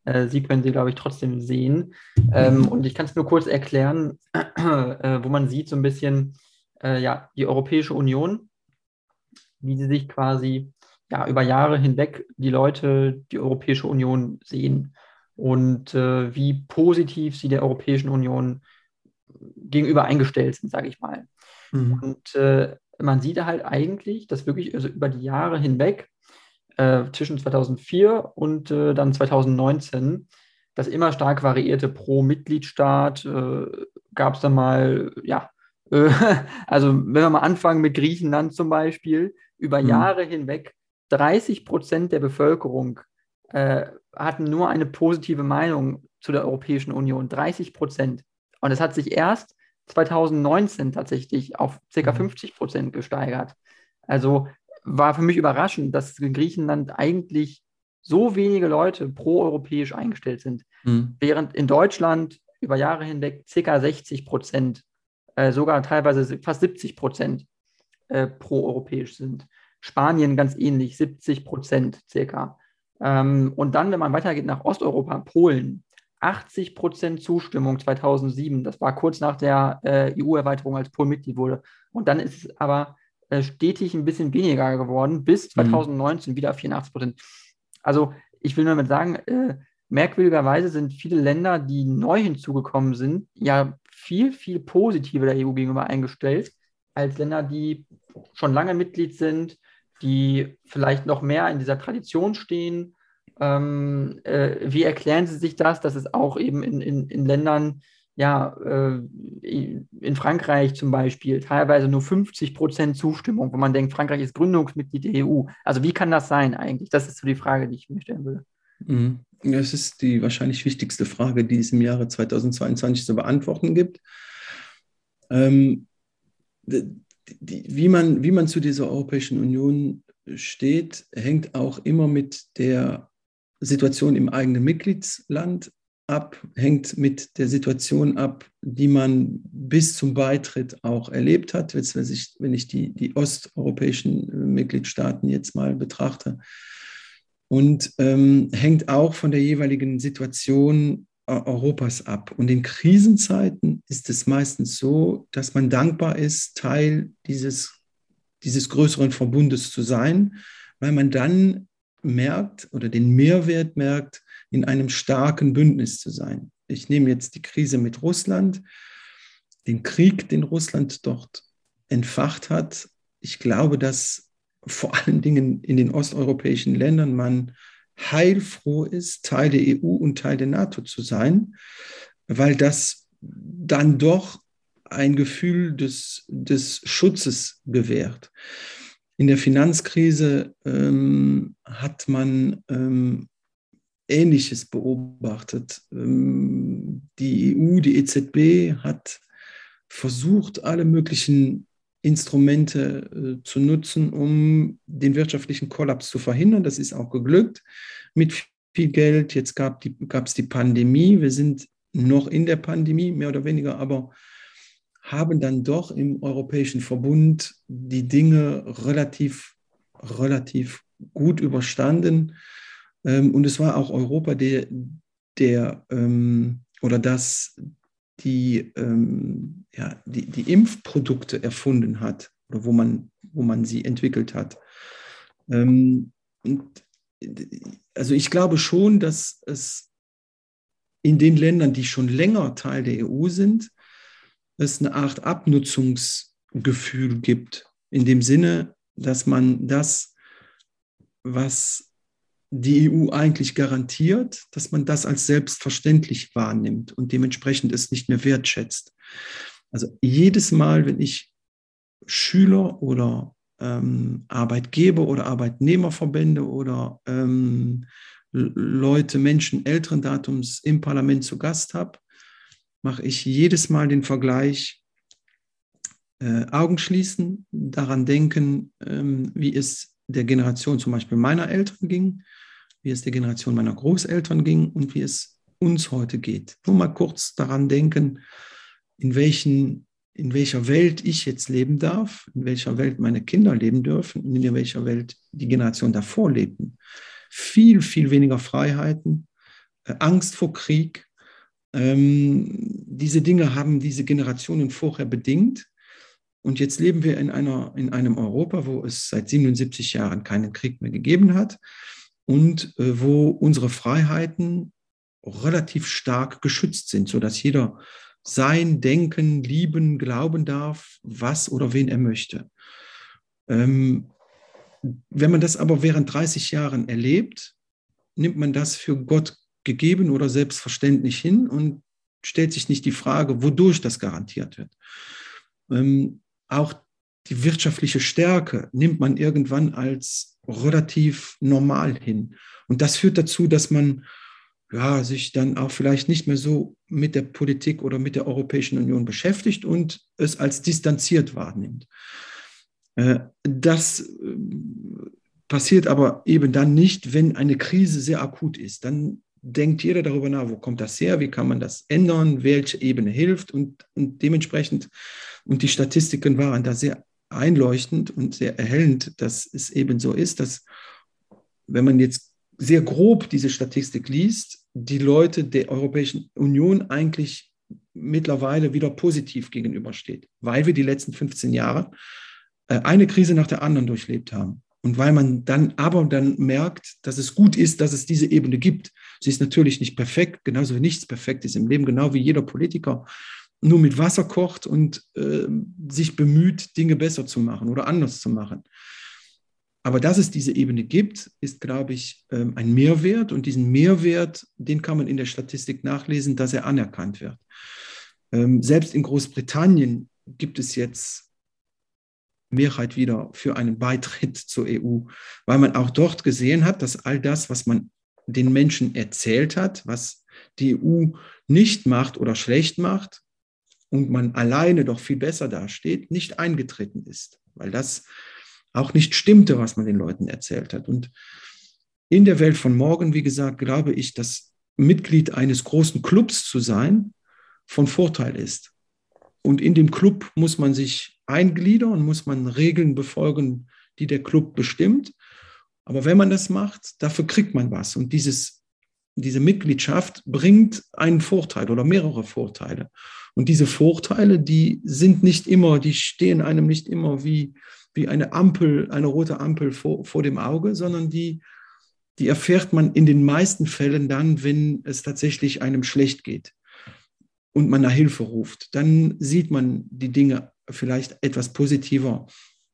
Sie können sie, glaube ich, trotzdem sehen. Mhm. Und ich kann es nur kurz erklären, wo man sieht so ein bisschen, ja, die Europäische Union, wie sie sich quasi ja, über Jahre hinweg die Leute die Europäische Union sehen und wie positiv sie der Europäischen Union gegenüber eingestellt sind, sage ich mal. Mhm. Und man sieht halt eigentlich, dass wirklich also über die Jahre hinweg, zwischen 2004 und dann 2019, das immer stark variierte pro Mitgliedstaat. Gab es dann mal, ja, äh, also wenn wir mal anfangen mit Griechenland zum Beispiel, über Mhm. Jahre hinweg 30% der Bevölkerung hatten nur eine positive Meinung zu der Europäischen Union. 30%. Und es hat sich erst 2019 tatsächlich auf ca. Mhm. 50% gesteigert. Also war für mich überraschend, dass in Griechenland eigentlich so wenige Leute proeuropäisch eingestellt sind, Mhm. während in Deutschland über Jahre hinweg ca. 60%, sogar teilweise fast 70% proeuropäisch sind. Spanien ganz ähnlich, 70% circa. Und dann, wenn man weitergeht nach Osteuropa, Polen, 80% Zustimmung 2007. Das war kurz nach der EU-Erweiterung, als Polen Mitglied wurde. Und dann ist es aber stetig ein bisschen weniger geworden, bis Mhm. 2019 wieder 84%. Also ich will nur damit sagen, merkwürdigerweise sind viele Länder, die neu hinzugekommen sind, ja viel, viel positiver der EU gegenüber eingestellt, als Länder, die schon lange Mitglied sind, die vielleicht noch mehr in dieser Tradition stehen. Wie erklären Sie sich das, dass es auch eben in Ländern, ja, in Frankreich zum Beispiel, teilweise nur 50% Zustimmung, wo man denkt, Frankreich ist Gründungsmitglied der EU. Also wie kann das sein eigentlich? Das ist so die Frage, die ich mir stellen würde. Mhm. Ja, es ist die wahrscheinlich wichtigste Frage, die es im Jahre 2022 zu beantworten gibt. Ähm, wie man zu dieser Europäischen Union steht, hängt auch immer mit der Situation im eigenen Mitgliedsland ab, hängt mit der Situation ab, die man bis zum Beitritt auch erlebt hat. Jetzt, wenn ich die osteuropäischen Mitgliedstaaten jetzt mal betrachte, und hängt auch von der jeweiligen Situation Europas ab. Und in Krisenzeiten ist es meistens so, dass man dankbar ist, Teil dieses größeren Verbundes zu sein, weil man dann merkt oder den Mehrwert merkt, in einem starken Bündnis zu sein. Ich nehme jetzt die Krise mit Russland, den Krieg, den Russland dort entfacht hat. Ich glaube, dass vor allen Dingen in den osteuropäischen Ländern man heilfroh ist, Teil der EU und Teil der NATO zu sein, weil das dann doch ein Gefühl des Schutzes gewährt. In der Finanzkrise hat man Ähnliches beobachtet. Die EU, die EZB hat versucht, alle möglichen Instrumente zu nutzen, um den wirtschaftlichen Kollaps zu verhindern. Das ist auch geglückt mit viel Geld. Jetzt gab es die Pandemie. Wir sind noch in der Pandemie, mehr oder weniger, aber haben dann doch im Europäischen Verbund die Dinge relativ gut überstanden. Und es war auch Europa, oder das die Impfprodukte erfunden hat oder wo man sie entwickelt hat. Und also ich glaube schon, dass es in den Ländern, die schon länger Teil der EU sind, es eine Art Abnutzungsgefühl gibt, in dem Sinne, dass man das, was die EU eigentlich garantiert, dass man das als selbstverständlich wahrnimmt und dementsprechend es nicht mehr wertschätzt. Also jedes Mal, wenn ich Schüler oder Arbeitgeber oder Arbeitnehmerverbände oder Leute, Menschen älteren Datums im Parlament zu Gast habe, mache ich jedes Mal den Vergleich, Augen schließen, daran denken, wie es der Generation zum Beispiel meiner Eltern ging, wie es der Generation meiner Großeltern ging und wie es uns heute geht. Nur mal kurz daran denken, in welcher Welt ich jetzt leben darf, in welcher Welt meine Kinder leben dürfen und in welcher Welt die Generation davor lebten. Viel, viel weniger Freiheiten, Angst vor Krieg. Diese Dinge haben diese Generationen vorher bedingt. Und jetzt leben wir in einem Europa, wo es seit 77 Jahren keinen Krieg mehr gegeben hat und wo unsere Freiheiten relativ stark geschützt sind, sodass jeder sein, denken, lieben, glauben darf, was oder wen er möchte. Wenn man das aber während 30 Jahren erlebt, nimmt man das für Gott gegeben oder selbstverständlich hin und stellt sich nicht die Frage, wodurch das garantiert wird. Auch die wirtschaftliche Stärke nimmt man irgendwann als relativ normal hin. Und das führt dazu, dass man sich dann auch vielleicht nicht mehr so mit der Politik oder mit der Europäischen Union beschäftigt und es als distanziert wahrnimmt. Das passiert aber eben dann nicht, wenn eine Krise sehr akut ist. Dann denkt jeder darüber nach, wo kommt das her, wie kann man das ändern, welche Ebene hilft und dementsprechend, und die Statistiken waren da sehr einleuchtend und sehr erhellend, dass es eben so ist, dass, wenn man jetzt sehr grob diese Statistik liest, die Leute der Europäischen Union eigentlich mittlerweile wieder positiv gegenübersteht, weil wir die letzten 15 Jahre eine Krise nach der anderen durchlebt haben. Und weil man dann merkt, dass es gut ist, dass es diese Ebene gibt. Sie ist natürlich nicht perfekt, genauso wie nichts perfekt ist im Leben, genau wie jeder Politiker nur mit Wasser kocht und sich bemüht, Dinge besser zu machen oder anders zu machen. Aber dass es diese Ebene gibt, ist, glaube ich, ein Mehrwert. Und diesen Mehrwert, den kann man in der Statistik nachlesen, dass er anerkannt wird. Selbst in Großbritannien gibt es jetzt Mehrheit wieder für einen Beitritt zur EU, weil man auch dort gesehen hat, dass all das, was man den Menschen erzählt hat, was die EU nicht macht oder schlecht macht und man alleine doch viel besser dasteht, nicht eingetreten ist, weil das auch nicht stimmte, was man den Leuten erzählt hat. Und in der Welt von morgen, wie gesagt, glaube ich, dass Mitglied eines großen Clubs zu sein von Vorteil ist. Und in dem Club muss man sich eingliedern, muss man Regeln befolgen, die der Club bestimmt. Aber wenn man das macht, dafür kriegt man was. Und diese Mitgliedschaft bringt einen Vorteil oder mehrere Vorteile. Und diese Vorteile, die stehen einem nicht immer wie eine Ampel, eine rote Ampel vor dem Auge, sondern die erfährt man in den meisten Fällen dann, wenn es tatsächlich einem schlecht geht und man nach Hilfe ruft. Dann sieht man die Dinge vielleicht etwas positiver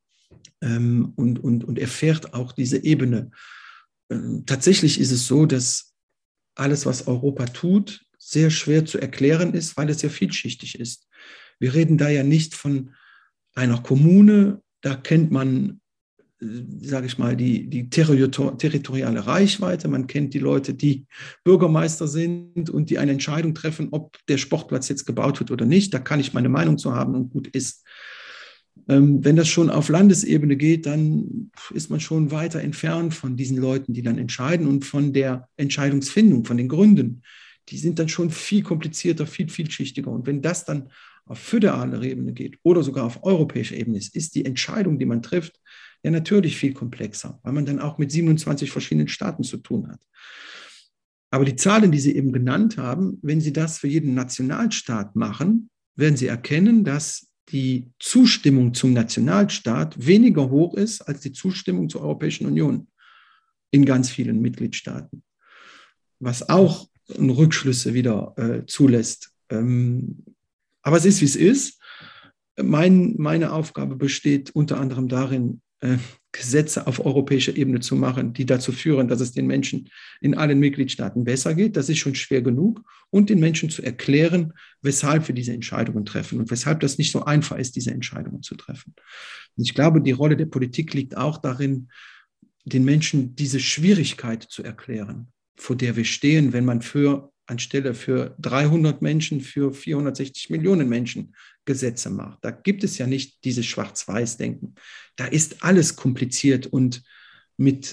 und erfährt auch diese Ebene. Tatsächlich ist es so, dass alles, was Europa tut, sehr schwer zu erklären ist, weil es ja vielschichtig ist. Wir reden da ja nicht von einer Kommune, da kennt man, sage ich mal, die territoriale Reichweite, man kennt die Leute, die Bürgermeister sind und die eine Entscheidung treffen, ob der Sportplatz jetzt gebaut wird oder nicht. Da kann ich meine Meinung zu haben und gut ist. Wenn das schon auf Landesebene geht, dann ist man schon weiter entfernt von diesen Leuten, die dann entscheiden und von der Entscheidungsfindung, von den Gründen. Die sind dann schon viel komplizierter, viel vielschichtiger. Und wenn das dann auf föderaler Ebene geht oder sogar auf europäischer Ebene ist die Entscheidung, die man trifft, ja natürlich viel komplexer, weil man dann auch mit 27 verschiedenen Staaten zu tun hat. Aber die Zahlen, die Sie eben genannt haben, wenn Sie das für jeden Nationalstaat machen, werden Sie erkennen, dass die Zustimmung zum Nationalstaat weniger hoch ist als die Zustimmung zur Europäischen Union in ganz vielen Mitgliedstaaten, was auch Rückschlüsse wieder zulässt. Aber es ist, wie es ist. Meine Aufgabe besteht unter anderem darin, Gesetze auf europäischer Ebene zu machen, die dazu führen, dass es den Menschen in allen Mitgliedstaaten besser geht. Das ist schon schwer genug. Und den Menschen zu erklären, weshalb wir diese Entscheidungen treffen und weshalb das nicht so einfach ist, diese Entscheidungen zu treffen. Und ich glaube, die Rolle der Politik liegt auch darin, den Menschen diese Schwierigkeit zu erklären, vor der wir stehen, wenn man anstelle für 300 Menschen für 460 Millionen Menschen Gesetze macht. Da gibt es ja nicht dieses Schwarz-Weiß-Denken. Da ist alles kompliziert und mit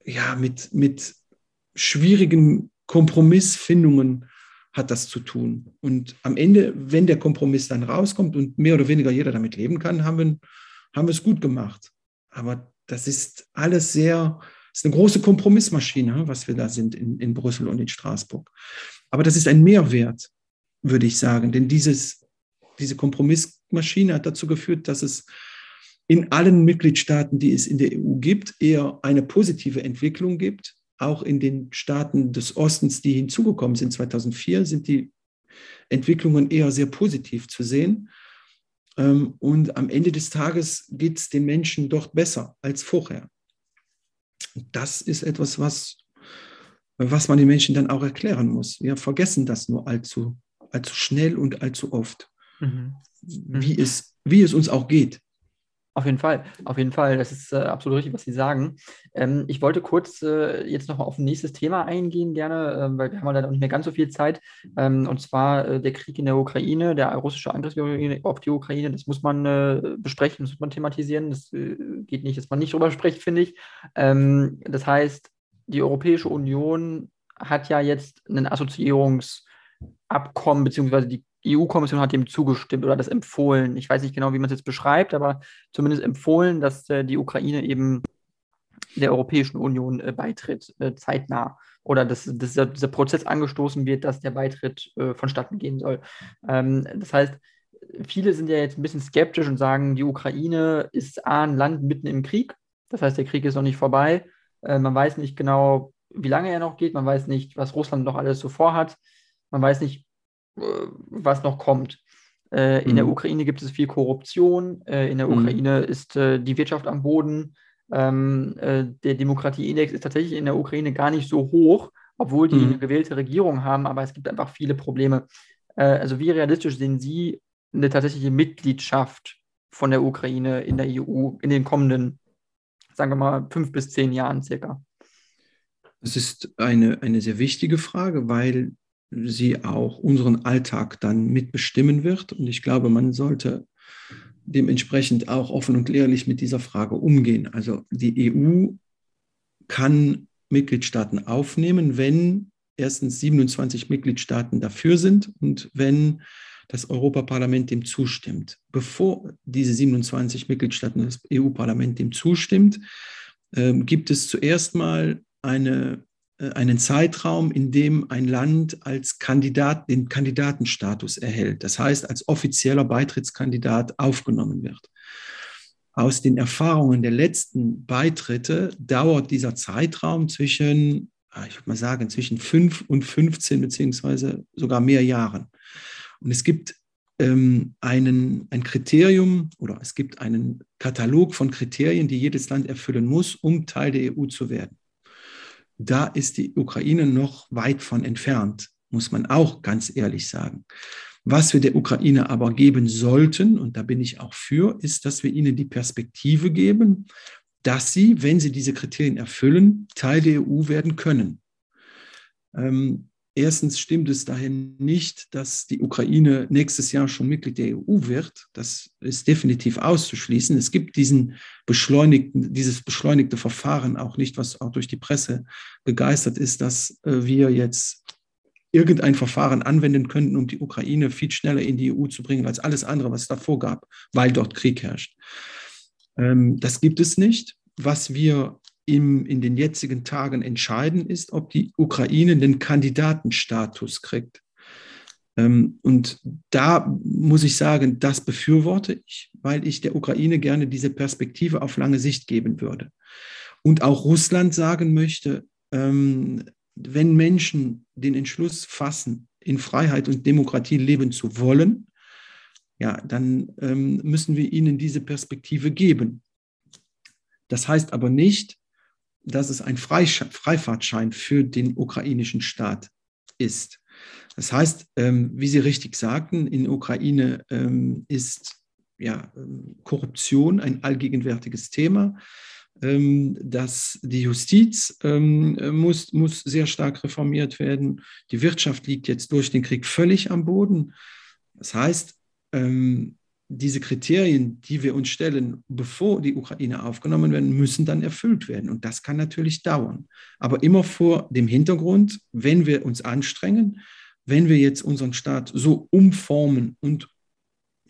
schwierigen Kompromissfindungen hat das zu tun. Und am Ende, wenn der Kompromiss dann rauskommt und mehr oder weniger jeder damit leben kann, haben wir es gut gemacht. Aber das ist alles sehr, ist eine große Kompromissmaschine, was wir da sind in Brüssel und in Straßburg. Aber das ist ein Mehrwert, würde ich sagen, denn diese Kompromissmaschine hat dazu geführt, dass es in allen Mitgliedstaaten, die es in der EU gibt, eher eine positive Entwicklung gibt. Auch in den Staaten des Ostens, die hinzugekommen sind 2004, sind die Entwicklungen eher sehr positiv zu sehen. Und am Ende des Tages geht es den Menschen dort besser als vorher. Das ist etwas, was man den Menschen dann auch erklären muss. Wir vergessen das nur allzu schnell und allzu oft, wie es uns auch geht. Auf jeden Fall, auf jeden Fall. Das ist absolut richtig, was Sie sagen. Ich wollte kurz jetzt noch mal auf ein nächstes Thema eingehen, gerne, weil wir haben leider noch nicht mehr ganz so viel Zeit. Und zwar der Krieg in der Ukraine, der russische Angriffskrieg auf die Ukraine. Das muss man besprechen, das muss man thematisieren. Das geht nicht, dass man nicht drüber spricht, finde ich. Das heißt, die Europäische Union hat ja jetzt ein Assoziierungsabkommen, beziehungsweise die EU-Kommission hat dem zugestimmt oder das empfohlen. Ich weiß nicht genau, wie man es jetzt beschreibt, aber zumindest empfohlen, dass die Ukraine eben der Europäischen Union beitritt, zeitnah. Oder dass dieser Prozess angestoßen wird, dass der Beitritt vonstatten gehen soll. Das heißt, viele sind ja jetzt ein bisschen skeptisch und sagen, die Ukraine ist ein Land mitten im Krieg. Das heißt, der Krieg ist noch nicht vorbei. Man weiß nicht genau, wie lange er noch geht. Man weiß nicht, was Russland noch alles so vorhat. Man weiß nicht, was noch kommt. In der Ukraine gibt es viel Korruption. In der Ukraine ist die Wirtschaft am Boden. Der Demokratieindex ist tatsächlich in der Ukraine gar nicht so hoch, obwohl die eine gewählte Regierung haben, aber es gibt einfach viele Probleme. Also wie realistisch sehen Sie eine tatsächliche Mitgliedschaft von der Ukraine in der EU in den kommenden, sagen wir mal, 5 bis 10 Jahren circa? Das ist eine sehr wichtige Frage, weil sie auch unseren Alltag dann mitbestimmen wird. Und ich glaube, man sollte dementsprechend auch offen und ehrlich mit dieser Frage umgehen. Also die EU kann Mitgliedstaaten aufnehmen, wenn erstens 27 Mitgliedstaaten dafür sind und wenn das Europaparlament dem zustimmt. Bevor diese 27 Mitgliedstaaten, das EU-Parlament dem zustimmt, gibt es zuerst mal einen Zeitraum, in dem ein Land als Kandidat den Kandidatenstatus erhält. Das heißt, als offizieller Beitrittskandidat aufgenommen wird. Aus den Erfahrungen der letzten Beitritte dauert dieser Zeitraum zwischen, ich würde mal sagen, zwischen 5 und 15 beziehungsweise sogar mehr Jahren. Und es gibt ein Kriterium oder es gibt einen Katalog von Kriterien, die jedes Land erfüllen muss, um Teil der EU zu werden. Da ist die Ukraine noch weit von entfernt, muss man auch ganz ehrlich sagen. Was wir der Ukraine aber geben sollten, und da bin ich auch für, ist, dass wir ihnen die Perspektive geben, dass sie, wenn sie diese Kriterien erfüllen, Teil der EU werden können. Erstens stimmt es daher nicht, dass die Ukraine nächstes Jahr schon Mitglied der EU wird. Das ist definitiv auszuschließen. Es gibt dieses beschleunigte Verfahren auch nicht, was auch durch die Presse begeistert ist, dass wir jetzt irgendein Verfahren anwenden könnten, um die Ukraine viel schneller in die EU zu bringen, als alles andere, was es davor gab, weil dort Krieg herrscht. Das gibt es nicht. Was wir in den jetzigen Tagen entscheiden, ist, ob die Ukraine den Kandidatenstatus kriegt. Und da muss ich sagen, das befürworte ich, weil ich der Ukraine gerne diese Perspektive auf lange Sicht geben würde. Und auch Russland sagen möchte, wenn Menschen den Entschluss fassen, in Freiheit und Demokratie leben zu wollen, ja, dann müssen wir ihnen diese Perspektive geben. Das heißt aber nicht, dass es ein Freifahrtschein für den ukrainischen Staat ist. Das heißt, wie Sie richtig sagten, in der Ukraine ist Korruption ein allgegenwärtiges Thema. Die Justiz muss sehr stark reformiert werden. Die Wirtschaft liegt jetzt durch den Krieg völlig am Boden. Das heißt, diese Kriterien, die wir uns stellen, bevor die Ukraine aufgenommen werden, müssen dann erfüllt werden. Und das kann natürlich dauern. Aber immer vor dem Hintergrund, wenn wir uns anstrengen, wenn wir jetzt unseren Staat so umformen und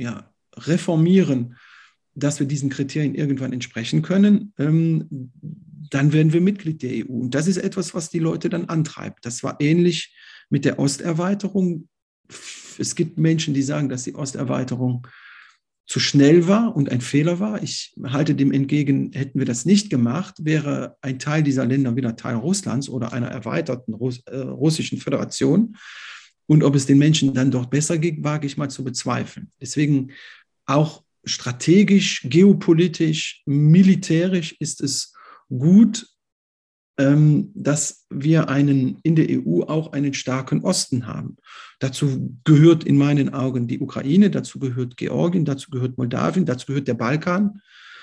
reformieren, dass wir diesen Kriterien irgendwann entsprechen können, dann werden wir Mitglied der EU. Und das ist etwas, was die Leute dann antreibt. Das war ähnlich mit der Osterweiterung. Es gibt Menschen, die sagen, dass die Osterweiterung zu schnell war und ein Fehler war. Ich halte dem entgegen, hätten wir das nicht gemacht, wäre ein Teil dieser Länder wieder Teil Russlands oder einer erweiterten russischen Föderation. Und ob es den Menschen dann dort besser ging, wage ich mal zu bezweifeln. Deswegen auch strategisch, geopolitisch, militärisch ist es gut, dass wir in der EU auch einen starken Osten haben. Dazu gehört in meinen Augen die Ukraine, dazu gehört Georgien, dazu gehört Moldawien, dazu gehört der Balkan.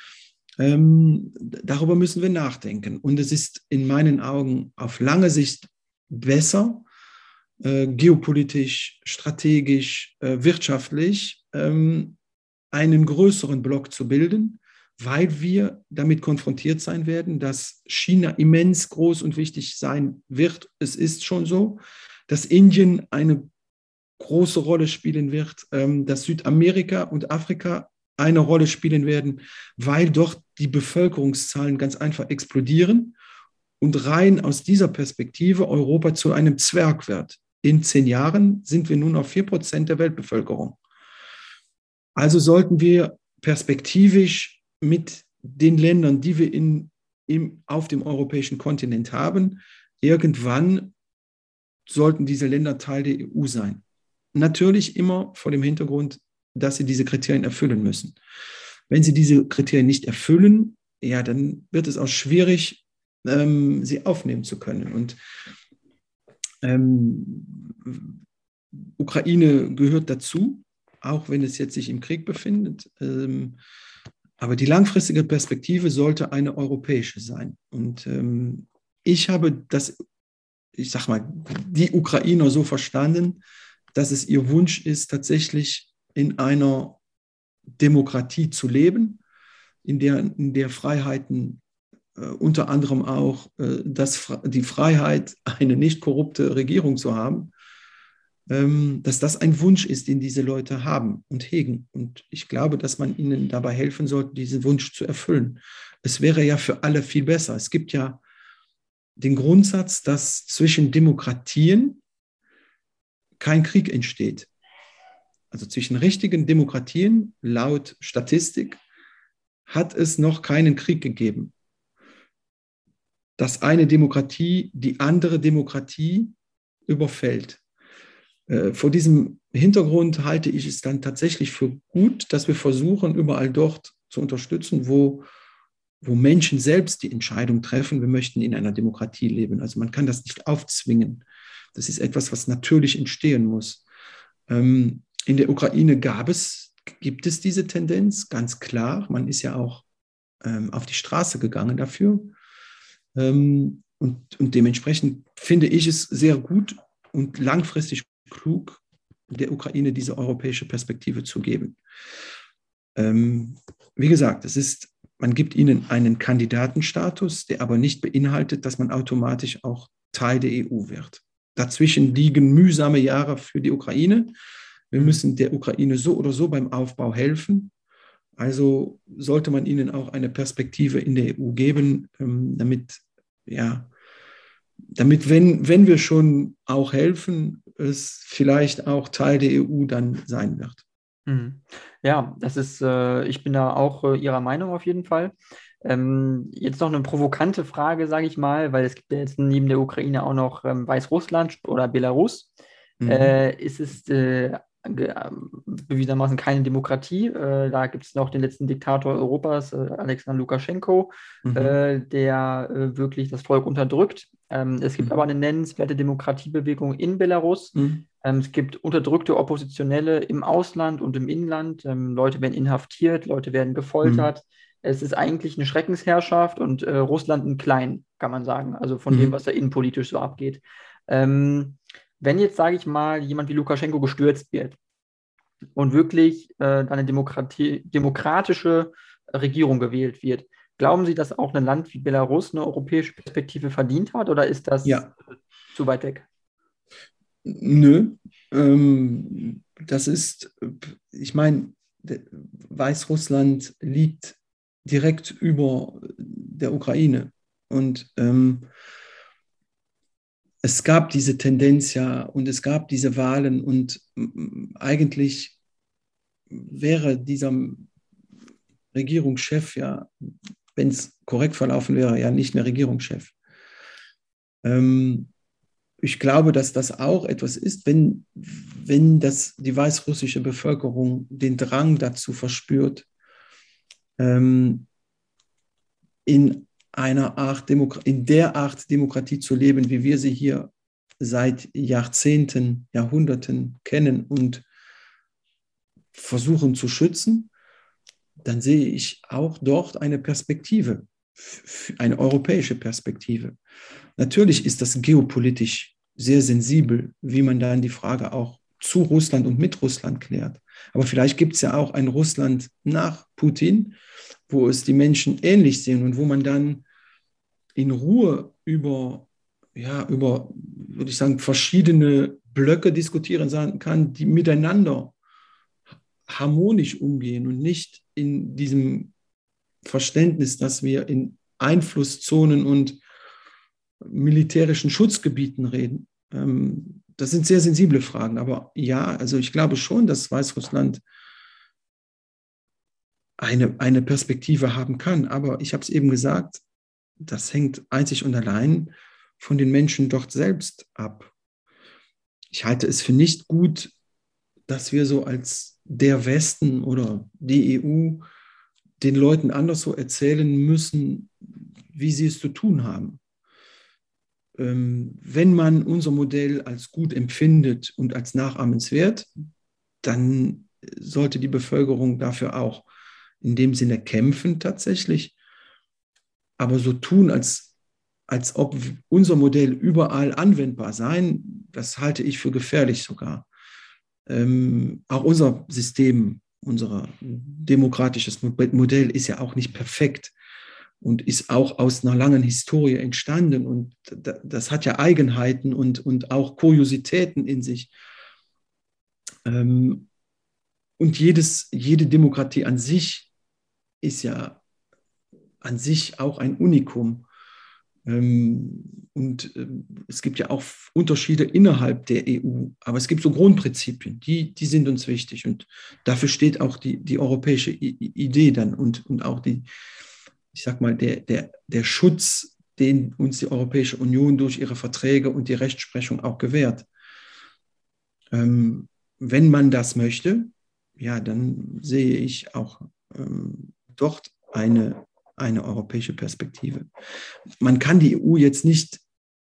Darüber müssen wir nachdenken. Und es ist in meinen Augen auf lange Sicht besser, geopolitisch, strategisch, wirtschaftlich, einen größeren Block zu bilden, weil wir damit konfrontiert sein werden, dass China immens groß und wichtig sein wird. Es ist schon so, dass Indien eine große Rolle spielen wird, dass Südamerika und Afrika eine Rolle spielen werden, weil dort die Bevölkerungszahlen ganz einfach explodieren und rein aus dieser Perspektive Europa zu einem Zwerg wird. In 10 Jahren sind wir nun auf 4% der Weltbevölkerung. Also sollten wir perspektivisch mit den Ländern, die wir auf dem europäischen Kontinent haben, irgendwann sollten diese Länder Teil der EU sein. Natürlich immer vor dem Hintergrund, dass sie diese Kriterien erfüllen müssen. Wenn sie diese Kriterien nicht erfüllen, ja, dann wird es auch schwierig, sie aufnehmen zu können. Und Ukraine gehört dazu, auch wenn es jetzt sich im Krieg befindet. Aber die langfristige Perspektive sollte eine europäische sein. Und ich habe die Ukrainer so verstanden, dass es ihr Wunsch ist, tatsächlich in einer Demokratie zu leben, in der Freiheiten unter anderem auch die Freiheit, eine nicht korrupte Regierung zu haben, dass das ein Wunsch ist, den diese Leute haben und hegen. Und ich glaube, dass man ihnen dabei helfen sollte, diesen Wunsch zu erfüllen. Es wäre ja für alle viel besser. Es gibt ja den Grundsatz, dass zwischen Demokratien kein Krieg entsteht. Also zwischen richtigen Demokratien, laut Statistik, hat es noch keinen Krieg gegeben. Dass eine Demokratie die andere Demokratie überfällt. Vor diesem Hintergrund halte ich es dann tatsächlich für gut, dass wir versuchen, überall dort zu unterstützen, wo Menschen selbst die Entscheidung treffen, wir möchten in einer Demokratie leben. Also man kann das nicht aufzwingen. Das ist etwas, was natürlich entstehen muss. In der Ukraine gibt es diese Tendenz, ganz klar. Man ist ja auch auf die Straße gegangen dafür. Und dementsprechend finde ich es sehr gut und langfristig klug, der Ukraine diese europäische Perspektive zu geben. Wie gesagt, man gibt ihnen einen Kandidatenstatus, der aber nicht beinhaltet, dass man automatisch auch Teil der EU wird. Dazwischen liegen mühsame Jahre für die Ukraine. Wir müssen der Ukraine so oder so beim Aufbau helfen. Also sollte man ihnen auch eine Perspektive in der EU geben, damit, wenn wir schon auch helfen, es vielleicht auch Teil der EU dann sein wird. Ja, ich bin da auch Ihrer Meinung auf jeden Fall. Jetzt noch eine provokante Frage, sage ich mal, weil es gibt ja jetzt neben der Ukraine auch noch Weißrussland oder Belarus. Ist es bewiesenermaßen keine Demokratie. Da gibt es noch den letzten Diktator Europas, Alexander Lukaschenko, der wirklich das Volk unterdrückt. Es gibt aber eine nennenswerte Demokratiebewegung in Belarus. Es gibt unterdrückte Oppositionelle im Ausland und im Inland. Leute werden inhaftiert, Leute werden gefoltert. Es ist eigentlich eine Schreckensherrschaft und Russland ein Klein, kann man sagen. Also von dem, was da innenpolitisch so abgeht. Wenn jetzt, sage ich mal, jemand wie Lukaschenko gestürzt wird und wirklich eine demokratische Regierung gewählt wird, glauben Sie, dass auch ein Land wie Belarus eine europäische Perspektive verdient hat oder ist das zu weit weg? Nö. Ich meine, Weißrussland liegt direkt über der Ukraine. Und es gab diese Tendenz ja und es gab diese Wahlen und eigentlich wäre dieser Regierungschef ja, wenn es korrekt verlaufen wäre, ja nicht mehr Regierungschef. Ich glaube, dass das auch etwas ist, wenn die weißrussische Bevölkerung den Drang dazu verspürt, in in der Art Demokratie zu leben, wie wir sie hier seit Jahrzehnten, Jahrhunderten kennen und versuchen zu schützen, dann sehe ich auch dort eine Perspektive, eine europäische Perspektive. Natürlich ist das geopolitisch sehr sensibel, wie man dann die Frage auch zu Russland und mit Russland klärt. Aber vielleicht gibt es ja auch ein Russland nach Putin, wo es die Menschen ähnlich sehen und wo man dann in Ruhe würde ich sagen, verschiedene Blöcke diskutieren kann, die miteinander harmonisch umgehen und nicht in diesem Verständnis, dass wir in Einflusszonen und militärischen Schutzgebieten reden. Das sind sehr sensible Fragen, aber ja, also ich glaube schon, dass Weißrussland eine Perspektive haben kann, aber ich habe es eben gesagt, das hängt einzig und allein von den Menschen dort selbst ab. Ich halte es für nicht gut, dass wir so als der Westen oder die EU den Leuten anders so erzählen müssen, wie sie es zu tun haben. Wenn man unser Modell als gut empfindet und als nachahmenswert, dann sollte die Bevölkerung dafür auch in dem Sinne kämpfen tatsächlich. Aber so tun, als ob unser Modell überall anwendbar sei, das halte ich für gefährlich sogar. Auch unser System, unser demokratisches Modell ist ja auch nicht perfekt und ist auch aus einer langen Historie entstanden. Und das hat ja Eigenheiten und auch Kuriositäten in sich. Und jede Demokratie an sich ist ja an sich auch ein Unikum. Es gibt ja auch Unterschiede innerhalb der EU, aber es gibt so Grundprinzipien, die sind uns wichtig. Und dafür steht auch die europäische Idee dann und auch ich sag mal, der Schutz, den uns die Europäische Union durch ihre Verträge und die Rechtsprechung auch gewährt. Wenn man das möchte, ja, dann sehe ich auch dort eine europäische Perspektive. Man kann die EU jetzt nicht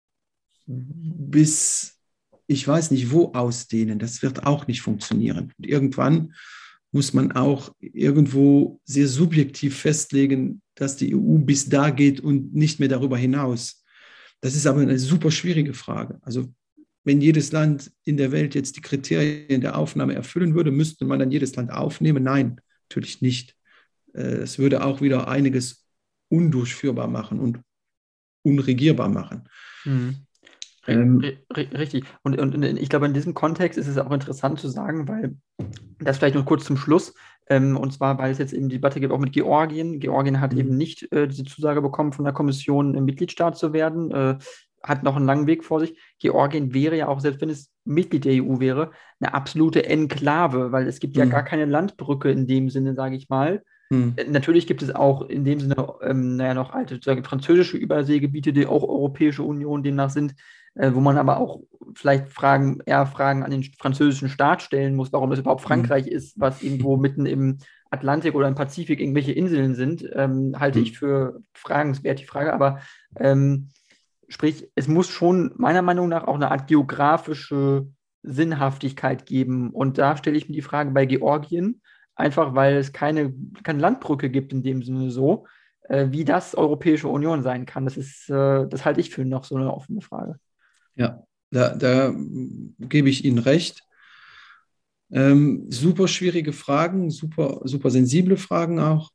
bis ich weiß nicht wo ausdehnen. Das wird auch nicht funktionieren. Und irgendwann muss man auch irgendwo sehr subjektiv festlegen, dass die EU bis da geht und nicht mehr darüber hinaus. Das ist aber eine super schwierige Frage. Also wenn jedes Land in der Welt jetzt die Kriterien der Aufnahme erfüllen würde, müsste man dann jedes Land aufnehmen? Nein, natürlich nicht. Es würde auch wieder einiges undurchführbar machen und unregierbar machen. Mhm. Richtig. Und ich glaube, in diesem Kontext ist es auch interessant zu sagen, weil das vielleicht noch kurz zum Schluss, und zwar, weil es jetzt eben die Debatte gibt, auch mit Georgien. Georgien hat eben nicht diese Zusage bekommen von der Kommission, Mitgliedstaat zu werden, hat noch einen langen Weg vor sich. Georgien wäre ja auch, selbst wenn es Mitglied der EU wäre, eine absolute Enklave, weil es gibt ja gar keine Landbrücke in dem Sinne, sage ich mal. Natürlich gibt es auch in dem Sinne, noch alte französische Überseegebiete, die auch Europäische Union demnach sind, wo man aber auch vielleicht Fragen an den französischen Staat stellen muss, warum das überhaupt Frankreich ist, was irgendwo mitten im Atlantik oder im Pazifik irgendwelche Inseln sind, halte ich für fragenswert, die Frage. Aber sprich, es muss schon meiner Meinung nach auch eine Art geografische Sinnhaftigkeit geben. Und da stelle ich mir die Frage bei Georgien, einfach weil es keine Landbrücke gibt in dem Sinne so, wie das Europäische Union sein kann. Das halte ich für noch so eine offene Frage. Ja, da gebe ich Ihnen recht. Super schwierige Fragen, super, super sensible Fragen auch.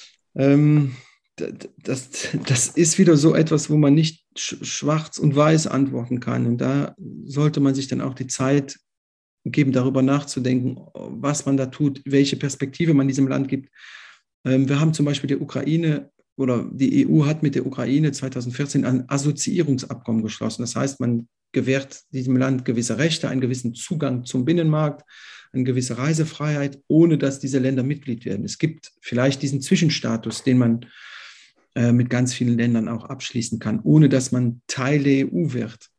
Das ist wieder so etwas, wo man nicht schwarz und weiß antworten kann. Und da sollte man sich dann auch die Zeit geben, darüber nachzudenken, was man da tut, welche Perspektive man diesem Land gibt. Wir haben zum Beispiel der Ukraine oder die EU hat mit der Ukraine 2014 ein Assoziierungsabkommen geschlossen. Das heißt, man gewährt diesem Land gewisse Rechte, einen gewissen Zugang zum Binnenmarkt, eine gewisse Reisefreiheit, ohne dass diese Länder Mitglied werden. Es gibt vielleicht diesen Zwischenstatus, den man mit ganz vielen Ländern auch abschließen kann, ohne dass man Teil der EU wird.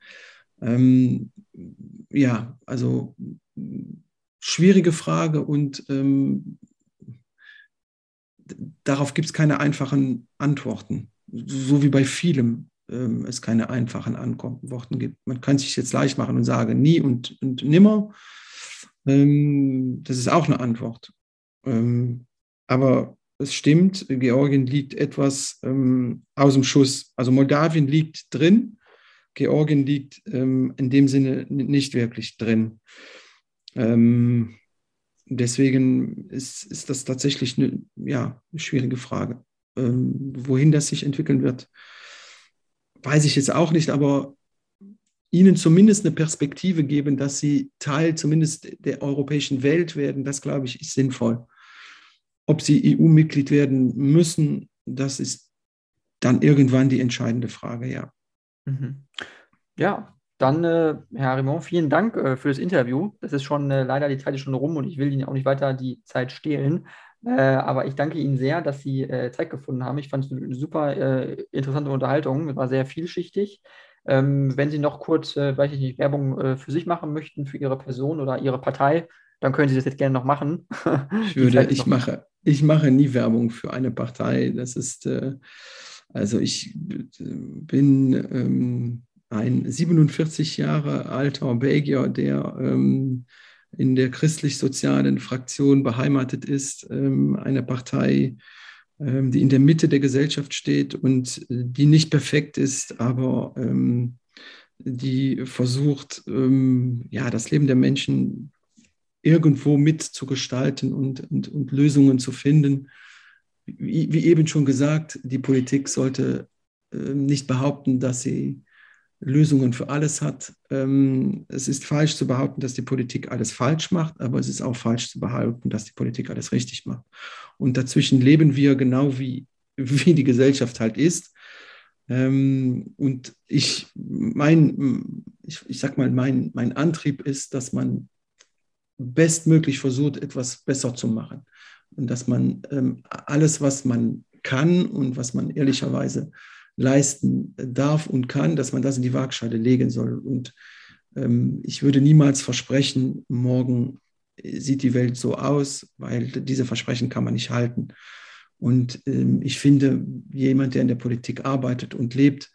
Ja, also schwierige Frage und darauf gibt es keine einfachen Antworten, so wie bei vielem es keine einfachen Antworten gibt. Man kann sich jetzt leicht machen und sagen, nie und nimmer. Das ist auch eine Antwort. Aber es stimmt, Georgien liegt etwas aus dem Schuss. Also Moldawien liegt drin, Georgien liegt in dem Sinne nicht wirklich drin. Deswegen ist das tatsächlich eine schwierige Frage. Wohin das sich entwickeln wird, weiß ich jetzt auch nicht, aber ihnen zumindest eine Perspektive geben, dass sie Teil zumindest der europäischen Welt werden, das, glaube ich, ist sinnvoll. Ob sie EU-Mitglied werden müssen, das ist dann irgendwann die entscheidende Frage, ja. Mhm. Ja, dann, Herr Arimont, vielen Dank für das Interview. Das ist schon, leider die Zeit ist schon rum und ich will Ihnen auch nicht weiter die Zeit stehlen. Aber ich danke Ihnen sehr, dass Sie Zeit gefunden haben. Ich fand es eine super interessante Unterhaltung. Es war sehr vielschichtig. Wenn Sie noch kurz, weiß ich nicht, Werbung für sich machen möchten, für Ihre Person oder Ihre Partei, dann können Sie das jetzt gerne noch machen. Ich mache nie Werbung für eine Partei. Das ist, also ich bin ein 47 Jahre alter Belgier, der in der christlich-sozialen Fraktion beheimatet ist, eine Partei, die in der Mitte der Gesellschaft steht und die nicht perfekt ist, aber die versucht, das Leben der Menschen irgendwo mitzugestalten und Lösungen zu finden. Wie eben schon gesagt, die Politik sollte nicht behaupten, dass sie Lösungen für alles hat. Es ist falsch zu behaupten, dass die Politik alles falsch macht, aber es ist auch falsch zu behaupten, dass die Politik alles richtig macht. Und dazwischen leben wir genau wie die Gesellschaft halt ist. Und mein Antrieb ist, dass man bestmöglich versucht, etwas besser zu machen. Und dass man alles, was man kann und was man ehrlicherweise leisten darf und kann, dass man das in die Waagschale legen soll. Und ich würde niemals versprechen, morgen sieht die Welt so aus, weil diese Versprechen kann man nicht halten. Und ich finde, jemand, der in der Politik arbeitet und lebt,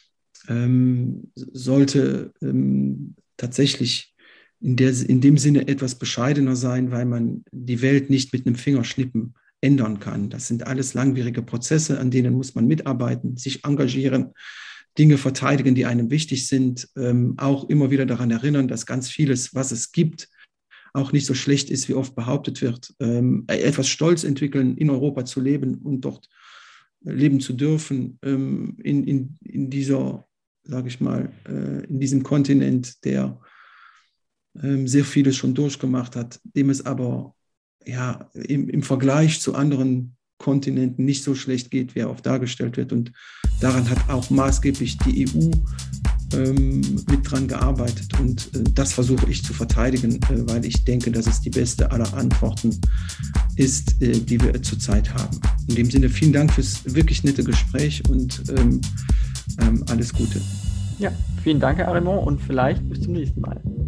sollte tatsächlich in dem Sinne etwas bescheidener sein, weil man die Welt nicht mit einem Fingerschnippen ändern kann. Das sind alles langwierige Prozesse, an denen muss man mitarbeiten, sich engagieren, Dinge verteidigen, die einem wichtig sind, auch immer wieder daran erinnern, dass ganz vieles, was es gibt, auch nicht so schlecht ist, wie oft behauptet wird. Etwas Stolz entwickeln, in Europa zu leben und dort leben zu dürfen, in dieser, sage ich mal, in diesem Kontinent, der sehr vieles schon durchgemacht hat, dem es aber im Vergleich zu anderen Kontinenten nicht so schlecht geht, wie er oft dargestellt wird. Und daran hat auch maßgeblich die EU mit dran gearbeitet. Und das versuche ich zu verteidigen, weil ich denke, dass es die beste aller Antworten ist, die wir zurzeit haben. In dem Sinne, vielen Dank fürs wirklich nette Gespräch und alles Gute. Ja, vielen Dank, Herr Arimont, und vielleicht bis zum nächsten Mal.